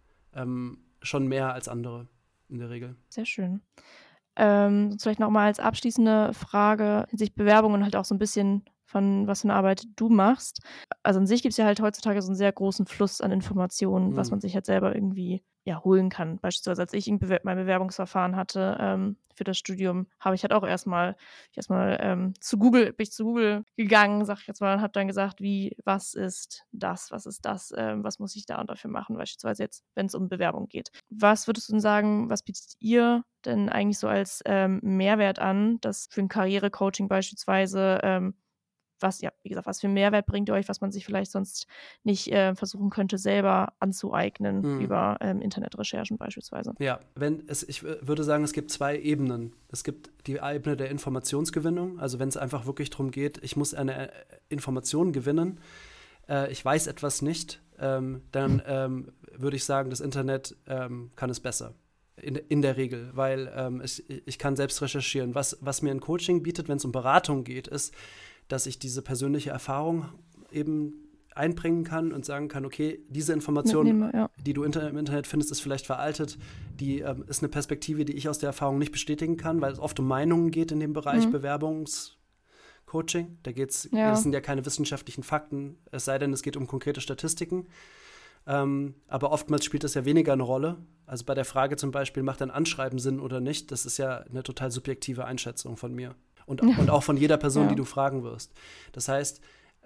schon mehr als andere. In der Regel. Sehr schön. Vielleicht nochmal als abschließende Frage hinsichtlich Bewerbung und halt auch so ein bisschen von was für eine Arbeit du machst. Also an sich gibt es ja halt heutzutage so einen sehr großen Fluss an Informationen, was man sich halt selber irgendwie holen kann. Beispielsweise als ich mein Bewerbungsverfahren hatte für das Studium, habe ich halt auch erstmal zu Google gegangen, sag ich jetzt mal, und habe dann gesagt, was ist das, was muss ich da und dafür machen, beispielsweise jetzt, wenn es um Bewerbung geht. Was würdest du denn sagen, was bietet ihr denn eigentlich so als Mehrwert an, das für ein Karrierecoaching beispielsweise was für einen Mehrwert bringt ihr euch, was man sich vielleicht sonst nicht versuchen könnte, selber anzueignen über Internetrecherchen beispielsweise? Ja, ich würde sagen, es gibt 2 Ebenen. Es gibt die Ebene der Informationsgewinnung, also wenn es einfach wirklich darum geht, ich muss eine Information gewinnen, ich weiß etwas nicht, dann würde ich sagen, das Internet kann es besser. In der Regel, weil ich kann selbst recherchieren. Was mir ein Coaching bietet, wenn es um Beratung geht, ist, dass ich diese persönliche Erfahrung eben einbringen kann und sagen kann, okay, diese Information, die du im Internet findest, ist vielleicht veraltet, die ist eine Perspektive, die ich aus der Erfahrung nicht bestätigen kann, weil es oft um Meinungen geht in dem Bereich Bewerbungscoaching. Das sind ja keine wissenschaftlichen Fakten, es sei denn, es geht um konkrete Statistiken. Aber oftmals spielt das ja weniger eine Rolle. Also bei der Frage zum Beispiel, macht ein Anschreiben Sinn oder nicht, das ist ja eine total subjektive Einschätzung von mir. Und auch von jeder Person, die du fragen wirst. Das heißt,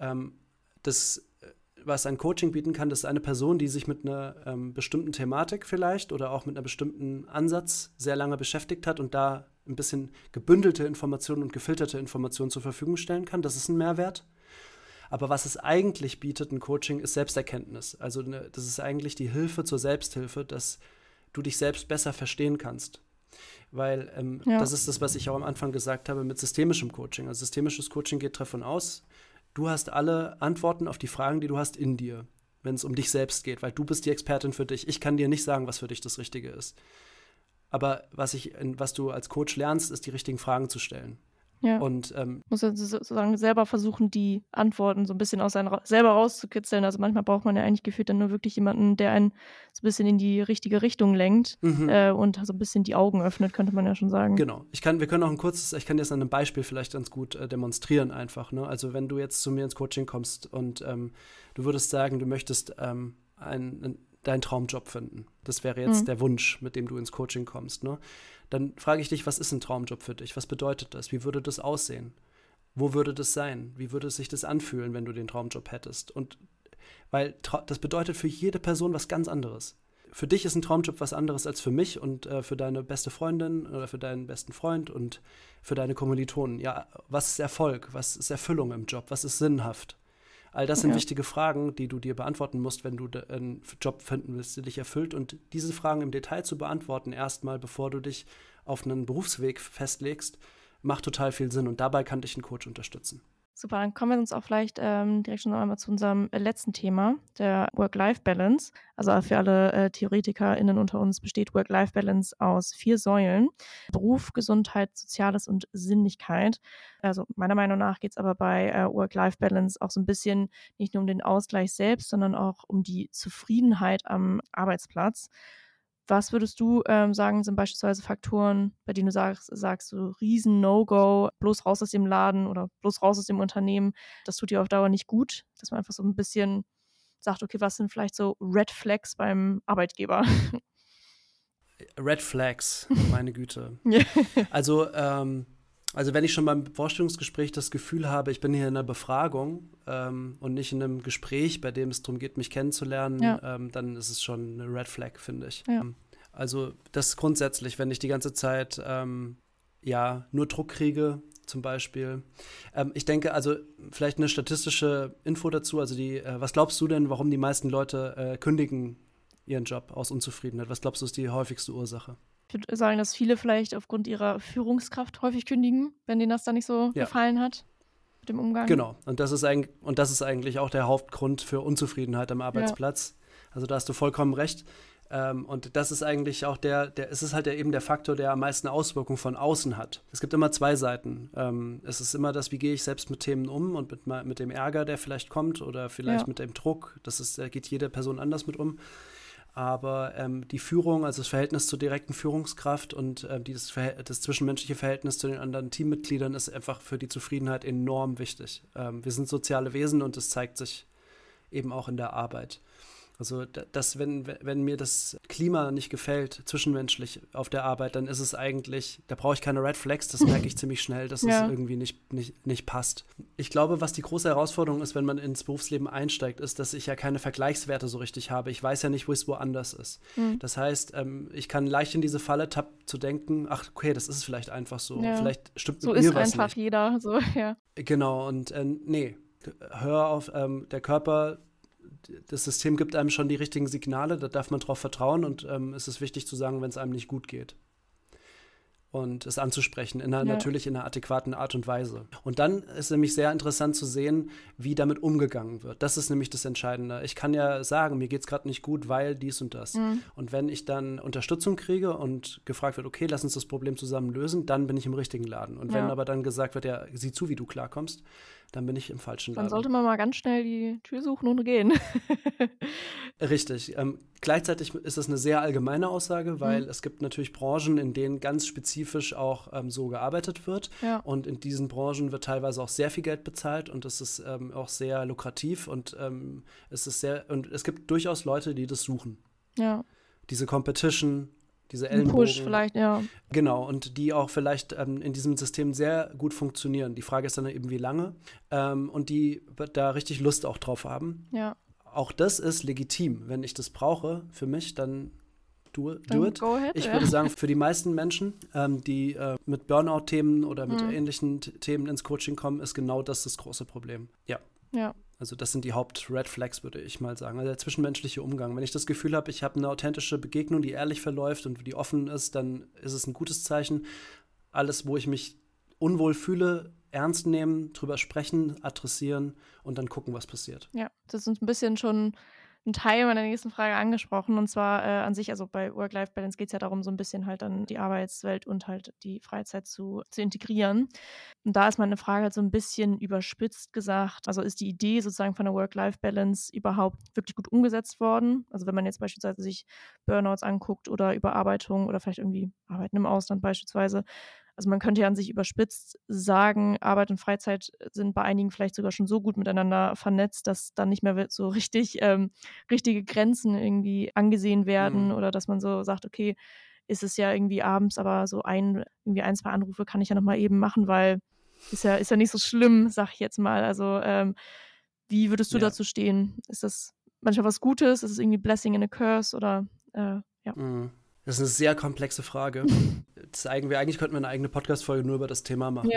was ein Coaching bieten kann, das ist eine Person, die sich mit einer bestimmten Thematik vielleicht oder auch mit einem bestimmten Ansatz sehr lange beschäftigt hat und da ein bisschen gebündelte Informationen und gefilterte Informationen zur Verfügung stellen kann. Das ist ein Mehrwert. Aber was es eigentlich bietet, ein Coaching, ist Selbsterkenntnis. Also das ist eigentlich die Hilfe zur Selbsthilfe, dass du dich selbst besser verstehen kannst. Weil das ist das, was ich auch am Anfang gesagt habe mit systemischem Coaching. Also systemisches Coaching geht davon aus, du hast alle Antworten auf die Fragen, die du hast in dir, wenn es um dich selbst geht, weil du bist die Expertin für dich. Ich kann dir nicht sagen, was für dich das Richtige ist. Aber was du als Coach lernst, ist, die richtigen Fragen zu stellen. Ja. Und muss ja sozusagen selber versuchen, die Antworten so ein bisschen aus einem selber rauszukitzeln. Also manchmal braucht man ja eigentlich gefühlt dann nur wirklich jemanden, der einen so ein bisschen in die richtige Richtung lenkt und so ein bisschen die Augen öffnet, könnte man ja schon sagen. Genau. Ich kann dir das an einem Beispiel vielleicht ganz gut demonstrieren einfach. Ne? Also wenn du jetzt zu mir ins Coaching kommst und du würdest sagen, du möchtest deinen Traumjob finden. Das wäre jetzt der Wunsch, mit dem du ins Coaching kommst. Ne? Dann frage ich dich, was ist ein Traumjob für dich? Was bedeutet das? Wie würde das aussehen? Wo würde das sein? Wie würde es sich das anfühlen, wenn du den Traumjob hättest? Und weil das bedeutet für jede Person was ganz anderes. Für dich ist ein Traumjob was anderes als für mich und für deine beste Freundin oder für deinen besten Freund und für deine Kommilitonen. Ja, was ist Erfolg? Was ist Erfüllung im Job? Was ist sinnhaft? All das sind wichtige Fragen, die du dir beantworten musst, wenn du einen Job finden willst, der dich erfüllt. Und diese Fragen im Detail zu beantworten, erstmal, bevor du dich auf einen Berufsweg festlegst, macht total viel Sinn. Und dabei kann dich ein Coach unterstützen. Super, dann kommen wir uns auch vielleicht direkt schon einmal zu unserem letzten Thema, der Work-Life-Balance. Also für alle TheoretikerInnen unter uns besteht Work-Life-Balance aus 4 Säulen. Beruf, Gesundheit, Soziales und Sinnlichkeit. Also meiner Meinung nach geht es aber bei Work-Life-Balance auch so ein bisschen nicht nur um den Ausgleich selbst, sondern auch um die Zufriedenheit am Arbeitsplatz. Was würdest du sagen, sind beispielsweise Faktoren, bei denen du sagst so riesen No-Go, bloß raus aus dem Laden oder bloß raus aus dem Unternehmen, das tut dir auf Dauer nicht gut, dass man einfach so ein bisschen sagt, okay, was sind vielleicht so Red Flags beim Arbeitgeber? Red Flags, meine Güte. Also wenn ich schon beim Vorstellungsgespräch das Gefühl habe, ich bin hier in einer Befragung und nicht in einem Gespräch, bei dem es darum geht, mich kennenzulernen, dann ist es schon eine Red Flag, finde ich. Ja. Also das grundsätzlich, wenn ich die ganze Zeit nur Druck kriege, zum Beispiel. Ich denke, also vielleicht eine statistische Info dazu, also was glaubst du denn, warum die meisten Leute kündigen ihren Job aus Unzufriedenheit? Was glaubst du, ist die häufigste Ursache? Ich würde sagen, dass viele vielleicht aufgrund ihrer Führungskraft häufig kündigen, wenn denen das dann nicht so gefallen hat mit dem Umgang. Genau, und das ist eigentlich auch der Hauptgrund für Unzufriedenheit am Arbeitsplatz. Ja. Also da hast du vollkommen recht. Und das ist eigentlich auch es ist halt eben der Faktor, der am meisten Auswirkungen von außen hat. Es gibt immer 2 Seiten. Es ist immer das, wie gehe ich selbst mit Themen um und mit dem Ärger, der vielleicht kommt oder vielleicht mit dem Druck. Da geht jede Person anders mit um. Aber die Führung, also das Verhältnis zur direkten Führungskraft und das zwischenmenschliche Verhältnis zu den anderen Teammitgliedern ist einfach für die Zufriedenheit enorm wichtig. Wir sind soziale Wesen und das zeigt sich eben auch in der Arbeit. Also wenn mir das Klima nicht gefällt, zwischenmenschlich auf der Arbeit, dann ist es eigentlich, da brauche ich keine Red Flags, das merke ich ziemlich schnell, dass es irgendwie nicht passt. Ich glaube, was die große Herausforderung ist, wenn man ins Berufsleben einsteigt, ist, dass ich ja keine Vergleichswerte so richtig habe. Ich weiß ja nicht, wo es woanders ist. Das heißt, ich kann leicht in diese Falle tappen, zu denken, ach, okay, das ist vielleicht einfach so. Vielleicht stimmt mit mir was nicht. So ist einfach jeder, so, ja. Genau, und nee, hör auf, der Körper, das System gibt einem schon die richtigen Signale, da darf man drauf vertrauen und es ist wichtig zu sagen, wenn es einem nicht gut geht. Und es anzusprechen, natürlich in einer adäquaten Art und Weise. Und dann ist nämlich sehr interessant zu sehen, wie damit umgegangen wird. Das ist nämlich das Entscheidende. Ich kann ja sagen, mir geht es gerade nicht gut, weil dies und das. Und wenn ich dann Unterstützung kriege und gefragt wird, okay, lass uns das Problem zusammen lösen, dann bin ich im richtigen Laden. Und wenn aber dann gesagt wird, ja, sieh zu, wie du klarkommst, dann bin ich im falschen Laden. Dann sollte man mal ganz schnell die Tür suchen und gehen. Richtig. Gleichzeitig ist es eine sehr allgemeine Aussage, weil es gibt natürlich Branchen, in denen ganz spezifisch auch so gearbeitet wird. Ja. Und in diesen Branchen wird teilweise auch sehr viel Geld bezahlt und es ist auch sehr lukrativ und es gibt durchaus Leute, die das suchen. Ja. Diese Competition, diese Ellenbogen. Push vielleicht, ja. Genau, und die auch vielleicht in diesem System sehr gut funktionieren. Die Frage ist dann eben, wie lange. Und die da richtig Lust auch drauf haben. Ja. Auch das ist legitim. Wenn ich das brauche für mich, dann do it. Go ahead, ich würde sagen, für die meisten Menschen, die mit Burnout-Themen oder mit ähnlichen Themen ins Coaching kommen, ist genau das große Problem. Ja. Ja. Also das sind die Haupt-Red Flags, würde ich mal sagen. Also der zwischenmenschliche Umgang. Wenn ich das Gefühl habe, ich habe eine authentische Begegnung, die ehrlich verläuft und die offen ist, dann ist es ein gutes Zeichen. Alles, wo ich mich unwohl fühle, ernst nehmen, drüber sprechen, adressieren und dann gucken, was passiert. Ja, das ist uns ein bisschen schon ein Teil meiner nächsten Frage angesprochen. Und zwar an sich, also bei Work-Life-Balance geht es ja darum, so ein bisschen halt dann die Arbeitswelt und halt die Freizeit zu integrieren. Und da ist meine Frage halt so ein bisschen überspitzt gesagt. Also ist die Idee sozusagen von der Work-Life-Balance überhaupt wirklich gut umgesetzt worden? Also wenn man jetzt beispielsweise sich Burnouts anguckt oder Überarbeitung oder vielleicht irgendwie Arbeiten im Ausland beispielsweise. Also man könnte ja an sich überspitzt sagen, Arbeit und Freizeit sind bei einigen vielleicht sogar schon so gut miteinander vernetzt, dass dann nicht mehr so richtige Grenzen irgendwie angesehen werden oder dass man so sagt, okay, ist es ja irgendwie abends, aber so ein, zwei Anrufe kann ich ja nochmal eben machen, weil ist ja nicht so schlimm, sag ich jetzt mal. Also wie würdest du dazu stehen? Ist das manchmal was Gutes? Ist es irgendwie Blessing and a Curse oder ja? Das ist eine sehr komplexe Frage. Eigentlich könnten wir eine eigene Podcast-Folge nur über das Thema machen,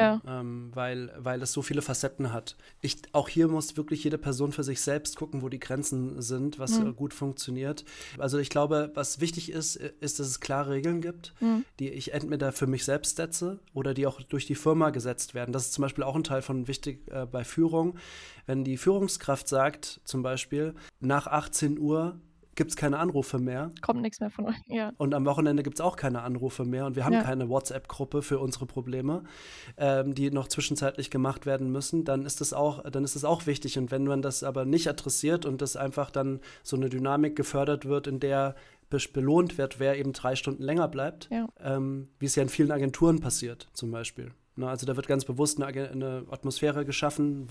weil es so viele Facetten hat. Auch hier muss wirklich jede Person für sich selbst gucken, wo die Grenzen sind, was gut funktioniert. Also ich glaube, was wichtig ist, dass es klare Regeln gibt, die ich entweder für mich selbst setze oder die auch durch die Firma gesetzt werden. Das ist zum Beispiel auch ein Teil von wichtig bei Führung. Wenn die Führungskraft sagt, zum Beispiel, nach 18 Uhr gibt es keine Anrufe mehr. Kommt nichts mehr von euch, ja. Und am Wochenende gibt es auch keine Anrufe mehr und wir haben keine WhatsApp-Gruppe für unsere Probleme, die noch zwischenzeitlich gemacht werden müssen, dann ist das auch wichtig. Und wenn man das aber nicht adressiert und das einfach dann so eine Dynamik gefördert wird, in der belohnt wird, wer eben 3 Stunden länger bleibt, wie es ja in vielen Agenturen passiert zum Beispiel. Also da wird ganz bewusst eine Atmosphäre geschaffen,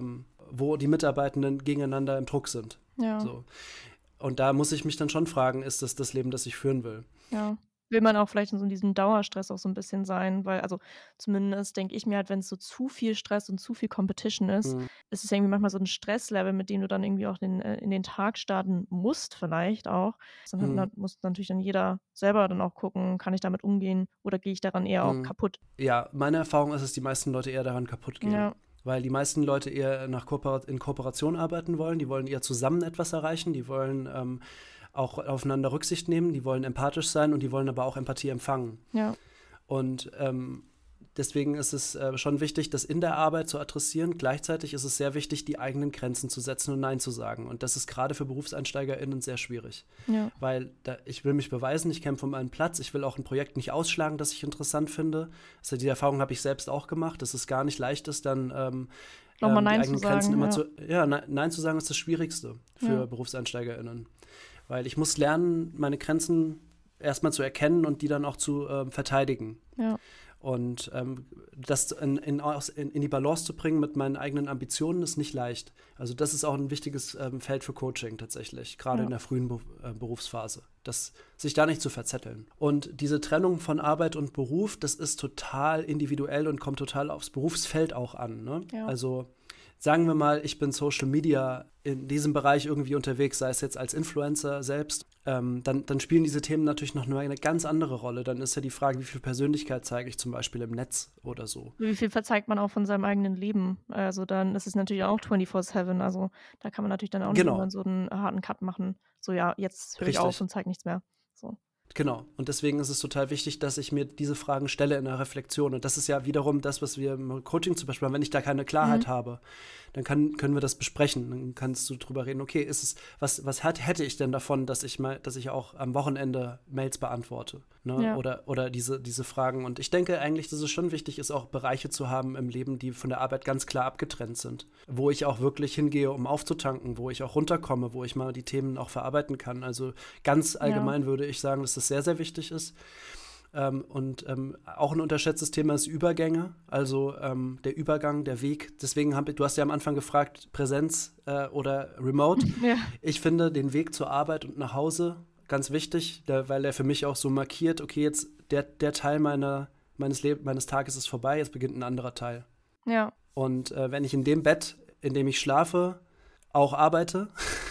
wo die Mitarbeitenden gegeneinander im Druck sind. Ja. So. Und da muss ich mich dann schon fragen, ist das Leben, das ich führen will? Ja. Will man auch vielleicht in so diesem Dauerstress auch so ein bisschen sein? Weil, also zumindest denke ich mir halt, wenn es so zu viel Stress und zu viel Competition ist, ist es irgendwie manchmal so ein Stresslevel, mit dem du dann irgendwie auch in den Tag starten musst vielleicht auch. Dann muss natürlich dann jeder selber dann auch gucken, kann ich damit umgehen oder gehe ich daran eher auch kaputt? Ja, meine Erfahrung ist, dass die meisten Leute eher daran kaputt gehen. Ja. Weil die meisten Leute eher in Kooperation arbeiten wollen. Die wollen eher zusammen etwas erreichen. Die wollen auch aufeinander Rücksicht nehmen. Die wollen empathisch sein und die wollen aber auch Empathie empfangen. Ja. Und deswegen ist es schon wichtig, das in der Arbeit zu adressieren. Gleichzeitig ist es sehr wichtig, die eigenen Grenzen zu setzen und Nein zu sagen. Und das ist gerade für BerufseinsteigerInnen sehr schwierig. Ja. Weil ich will mich beweisen, ich kämpfe um einen Platz. Ich will auch ein Projekt nicht ausschlagen, das ich interessant finde. Also die Erfahrung habe ich selbst auch gemacht, dass es gar nicht leicht ist, dann die eigenen Grenzen immer Nein zu sagen ist das Schwierigste für BerufseinsteigerInnen. weil ich muss lernen, meine Grenzen erstmal zu erkennen und die dann auch zu verteidigen. Ja. Und das in die Balance zu bringen mit meinen eigenen Ambitionen ist nicht leicht. Also das ist auch ein wichtiges Feld für Coaching tatsächlich, gerade in der frühen Berufsphase, sich da nicht zu verzetteln. Und diese Trennung von Arbeit und Beruf, das ist total individuell und kommt total aufs Berufsfeld auch an. Ne? Ja. Also sagen wir mal, ich bin Social Media in diesem Bereich irgendwie unterwegs, sei es jetzt als Influencer selbst, dann spielen diese Themen natürlich noch eine ganz andere Rolle. Dann ist ja die Frage, wie viel Persönlichkeit zeige ich zum Beispiel im Netz oder so. Wie viel verzeigt man auch von seinem eigenen Leben? Also dann ist es natürlich auch 24/7. Also da kann man natürlich dann auch nicht immer so einen harten Cut machen. So, ja, jetzt höre ich auf und zeige nichts mehr. So. Genau. Und deswegen ist es total wichtig, dass ich mir diese Fragen stelle in der Reflexion. Und das ist ja wiederum das, was wir im Coaching zum Beispiel haben. Wenn ich da keine Klarheit habe, dann können wir das besprechen. Dann kannst du drüber reden, okay, hätte ich denn davon, dass ich auch am Wochenende Mails beantworte? Ne? Ja. Oder diese Fragen. Und ich denke eigentlich, dass es schon wichtig ist, auch Bereiche zu haben im Leben, die von der Arbeit ganz klar abgetrennt sind. Wo ich auch wirklich hingehe, um aufzutanken, wo ich auch runterkomme, wo ich mal die Themen auch verarbeiten kann. Also ganz allgemein würde ich sagen, dass das sehr, sehr wichtig ist. Auch ein unterschätztes Thema ist Übergänge, also der Übergang, der Weg. Deswegen du hast ja am Anfang gefragt, Präsenz oder Remote. Ja. Ich finde den Weg zur Arbeit und nach Hause ganz wichtig, weil er für mich auch so markiert, okay, jetzt der Teil meines Tages ist vorbei, jetzt beginnt ein anderer Teil. Ja. Und wenn ich in dem Bett, in dem ich schlafe, auch arbeite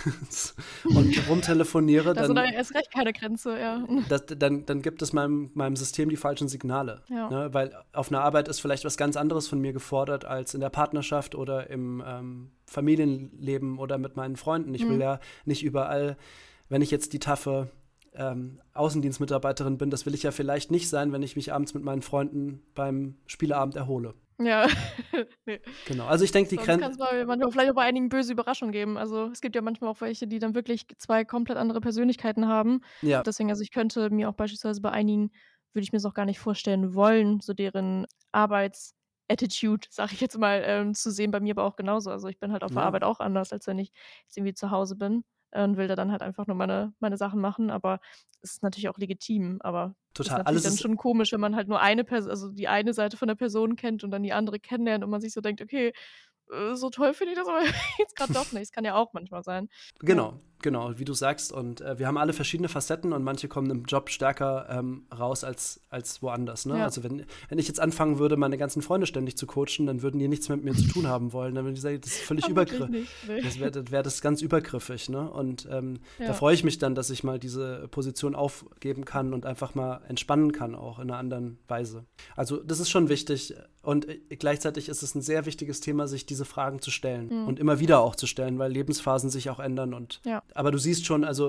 und rumtelefoniere, dann ist erst recht keine Grenze, ja. Dann gibt es meinem System die falschen Signale. Ja. Ne? Weil auf einer Arbeit ist vielleicht was ganz anderes von mir gefordert als in der Partnerschaft oder im Familienleben oder mit meinen Freunden. Ich will ja nicht überall, wenn ich jetzt die taffe Außendienstmitarbeiterin bin, das will ich ja vielleicht nicht sein, wenn ich mich abends mit meinen Freunden beim Spieleabend erhole. Ja. Nee. Genau, also ich denke, die Grenzen. Kann es manchmal vielleicht auch bei einigen böse Überraschungen geben. Also es gibt ja manchmal auch welche, die dann wirklich 2 komplett andere Persönlichkeiten haben. Ja. Deswegen, also ich könnte mir auch beispielsweise bei einigen, würde ich mir das auch gar nicht vorstellen wollen, so deren Arbeitsattitude, sag ich jetzt mal, zu sehen, bei mir aber auch genauso. Also ich bin halt auf der Arbeit auch anders, als wenn ich jetzt irgendwie zu Hause bin. Und will da dann halt einfach nur meine Sachen machen, aber es ist natürlich auch legitim, aber total. Ist natürlich dann schon komisch, wenn man halt nur eine Person, also die eine Seite von der Person kennt und dann die andere kennenlernt und man sich so denkt, okay, so toll finde ich das aber jetzt gerade doch nicht. Das kann ja auch manchmal sein. Genau, wie du sagst. Und wir haben alle verschiedene Facetten und manche kommen im Job stärker raus als woanders. Ne? Ja. Also wenn ich jetzt anfangen würde, meine ganzen Freunde ständig zu coachen, dann würden die nichts mehr mit mir zu tun haben wollen. Dann würden die sagen, das ist völlig übergriffig. Nee. Das wäre das ganz übergriffig. Ne? Und da freue ich mich dann, dass ich mal diese Position aufgeben kann und einfach mal entspannen kann, auch in einer anderen Weise. Also das ist schon wichtig. Und gleichzeitig ist es ein sehr wichtiges Thema, sich diese Fragen zu stellen und immer wieder auch zu stellen, weil Lebensphasen sich auch ändern. Aber du siehst schon, also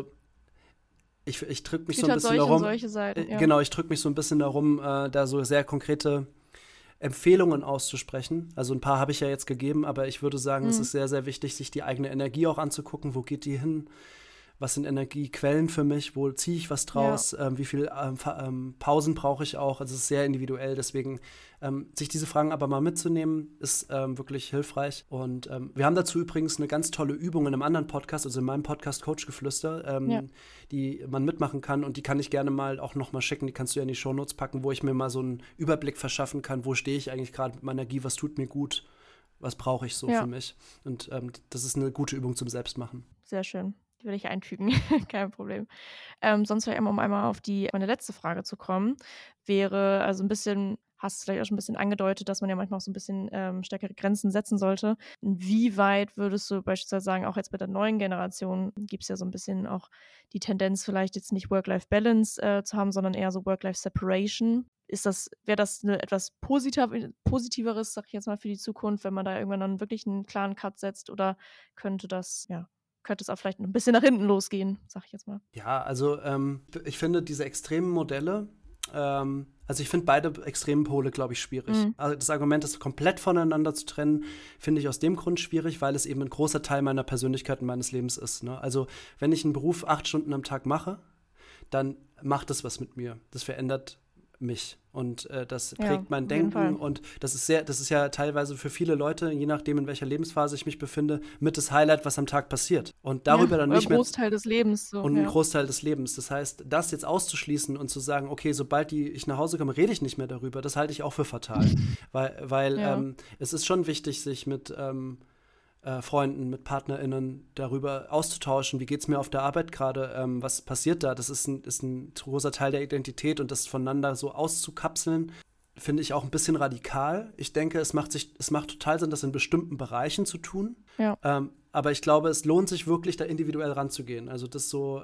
ich drücke mich so ein bisschen darum. Genau, ich drücke mich so ein bisschen darum, da so sehr konkrete Empfehlungen auszusprechen. Also ein paar habe ich ja jetzt gegeben, aber ich würde sagen, es ist sehr, sehr wichtig, sich die eigene Energie auch anzugucken. Wo geht die hin? Was sind Energiequellen für mich? Wo ziehe ich was draus? Wie viel Pausen brauche ich auch? Also es ist sehr individuell. Deswegen sich diese Fragen aber mal mitzunehmen, ist wirklich hilfreich. Und wir haben dazu übrigens eine ganz tolle Übung in einem anderen Podcast, also in meinem Podcast Coachgeflüster, die man mitmachen kann. Und die kann ich gerne mal auch nochmal schicken. Die kannst du ja in die Shownotes packen, wo ich mir mal so einen Überblick verschaffen kann. Wo stehe ich eigentlich gerade mit meiner Energie? Was tut mir gut? Was brauche ich so für mich? Und das ist eine gute Übung zum Selbstmachen. Sehr schön. Die würde ich einfügen, kein Problem. Sonst wäre um einmal auf meine letzte Frage zu kommen, wäre also ein bisschen, hast du vielleicht auch schon ein bisschen angedeutet, dass man ja manchmal auch so ein bisschen stärkere Grenzen setzen sollte. Inwieweit würdest du beispielsweise sagen, auch jetzt bei der neuen Generation gibt es ja so ein bisschen auch die Tendenz, vielleicht jetzt nicht Work-Life-Balance zu haben, sondern eher so Work-Life-Separation. Wäre das eine etwas Positiveres, sag ich jetzt mal, für die Zukunft, wenn man da irgendwann dann wirklich einen klaren Cut setzt, oder könnte es auch vielleicht ein bisschen nach hinten losgehen, sag ich jetzt mal. Ja, also ich finde diese extremen Modelle, also ich finde beide extremen Pole, glaube ich, schwierig. Also das Argument, das komplett voneinander zu trennen, finde ich aus dem Grund schwierig, weil es eben ein großer Teil meiner Persönlichkeit und meines Lebens ist. Ne? Also wenn ich einen Beruf 8 Stunden am Tag mache, dann macht das was mit mir. Das verändert mich und das prägt mein Denken Fall. Und das ist ja teilweise für viele Leute, je nachdem in welcher Lebensphase ich mich befinde, mit das Highlight, was am Tag passiert und darüber dann nicht mehr. Ein Großteil des Lebens. So, und ein Großteil des Lebens. Das heißt, das jetzt auszuschließen und zu sagen, okay, sobald ich nach Hause komme, rede ich nicht mehr darüber, das halte ich auch für fatal, weil es ist schon wichtig, sich mit Freunden, mit PartnerInnen darüber auszutauschen, wie geht es mir auf der Arbeit gerade, was passiert da, das ist ein großer Teil der Identität und das voneinander so auszukapseln, finde ich auch ein bisschen radikal. Ich denke, es macht total Sinn, das in bestimmten Bereichen zu tun, aber ich glaube, es lohnt sich wirklich, da individuell ranzugehen, also das so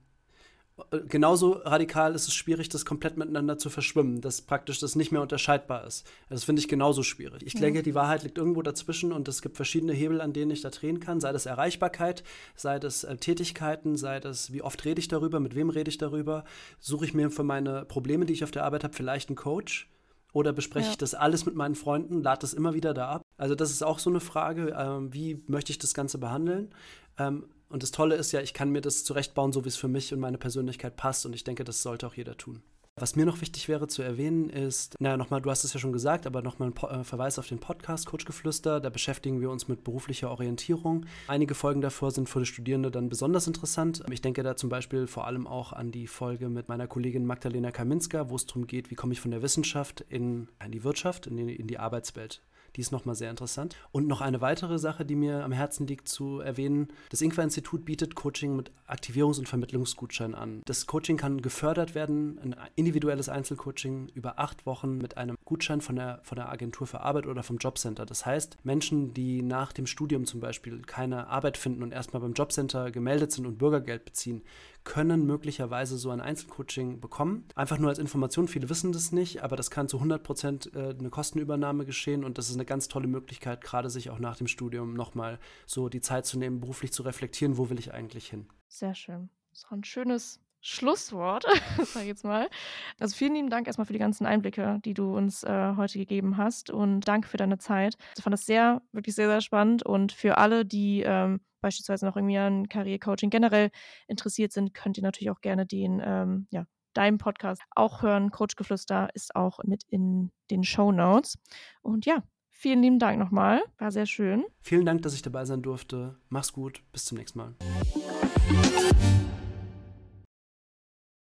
genauso radikal ist es schwierig, das komplett miteinander zu verschwimmen, dass praktisch das nicht mehr unterscheidbar ist. Das finde ich genauso schwierig. Ich denke, die Wahrheit liegt irgendwo dazwischen und es gibt verschiedene Hebel, an denen ich da drehen kann, sei das Erreichbarkeit, sei das Tätigkeiten, sei das, wie oft rede ich darüber, mit wem rede ich darüber, suche ich mir für meine Probleme, die ich auf der Arbeit habe, vielleicht einen Coach oder bespreche ich das alles mit meinen Freunden, lade das immer wieder da ab. Also das ist auch so eine Frage, wie möchte ich das Ganze behandeln? Und das Tolle ist ja, ich kann mir das zurechtbauen, so wie es für mich und meine Persönlichkeit passt. Und ich denke, das sollte auch jeder tun. Was mir noch wichtig wäre zu erwähnen ist, nochmal, du hast es ja schon gesagt, aber nochmal ein Verweis auf den Podcast Coachgeflüster. Da beschäftigen wir uns mit beruflicher Orientierung. Einige Folgen davor sind für die Studierende dann besonders interessant. Ich denke da zum Beispiel vor allem auch an die Folge mit meiner Kollegin Magdalena Kaminska, wo es darum geht, wie komme ich von der Wissenschaft in die Wirtschaft, in die Arbeitswelt. Die ist nochmal sehr interessant. Und noch eine weitere Sache, die mir am Herzen liegt zu erwähnen. Das INQUA-Institut bietet Coaching mit Aktivierungs- und Vermittlungsgutschein an. Das Coaching kann gefördert werden, ein individuelles Einzelcoaching über 8 Wochen mit einem Gutschein von der Agentur für Arbeit oder vom Jobcenter. Das heißt, Menschen, die nach dem Studium zum Beispiel keine Arbeit finden und erstmal beim Jobcenter gemeldet sind und Bürgergeld beziehen, können möglicherweise so ein Einzelcoaching bekommen. Einfach nur als Information, viele wissen das nicht, aber das kann zu 100% eine Kostenübernahme geschehen und das ist eine ganz tolle Möglichkeit, gerade sich auch nach dem Studium nochmal so die Zeit zu nehmen, beruflich zu reflektieren, wo will ich eigentlich hin. Sehr schön. Das ist auch ein schönes Schlusswort, sag ich jetzt mal. Also vielen lieben Dank erstmal für die ganzen Einblicke, die du uns heute gegeben hast und danke für deine Zeit. Ich fand das wirklich sehr, sehr spannend und für alle, die beispielsweise noch irgendwie an Karrierecoaching generell interessiert sind, könnt ihr natürlich auch gerne deinen Podcast auch hören. Coachgeflüster ist auch mit in den Shownotes. Und ja, vielen lieben Dank nochmal. War sehr schön. Vielen Dank, dass ich dabei sein durfte. Mach's gut. Bis zum nächsten Mal.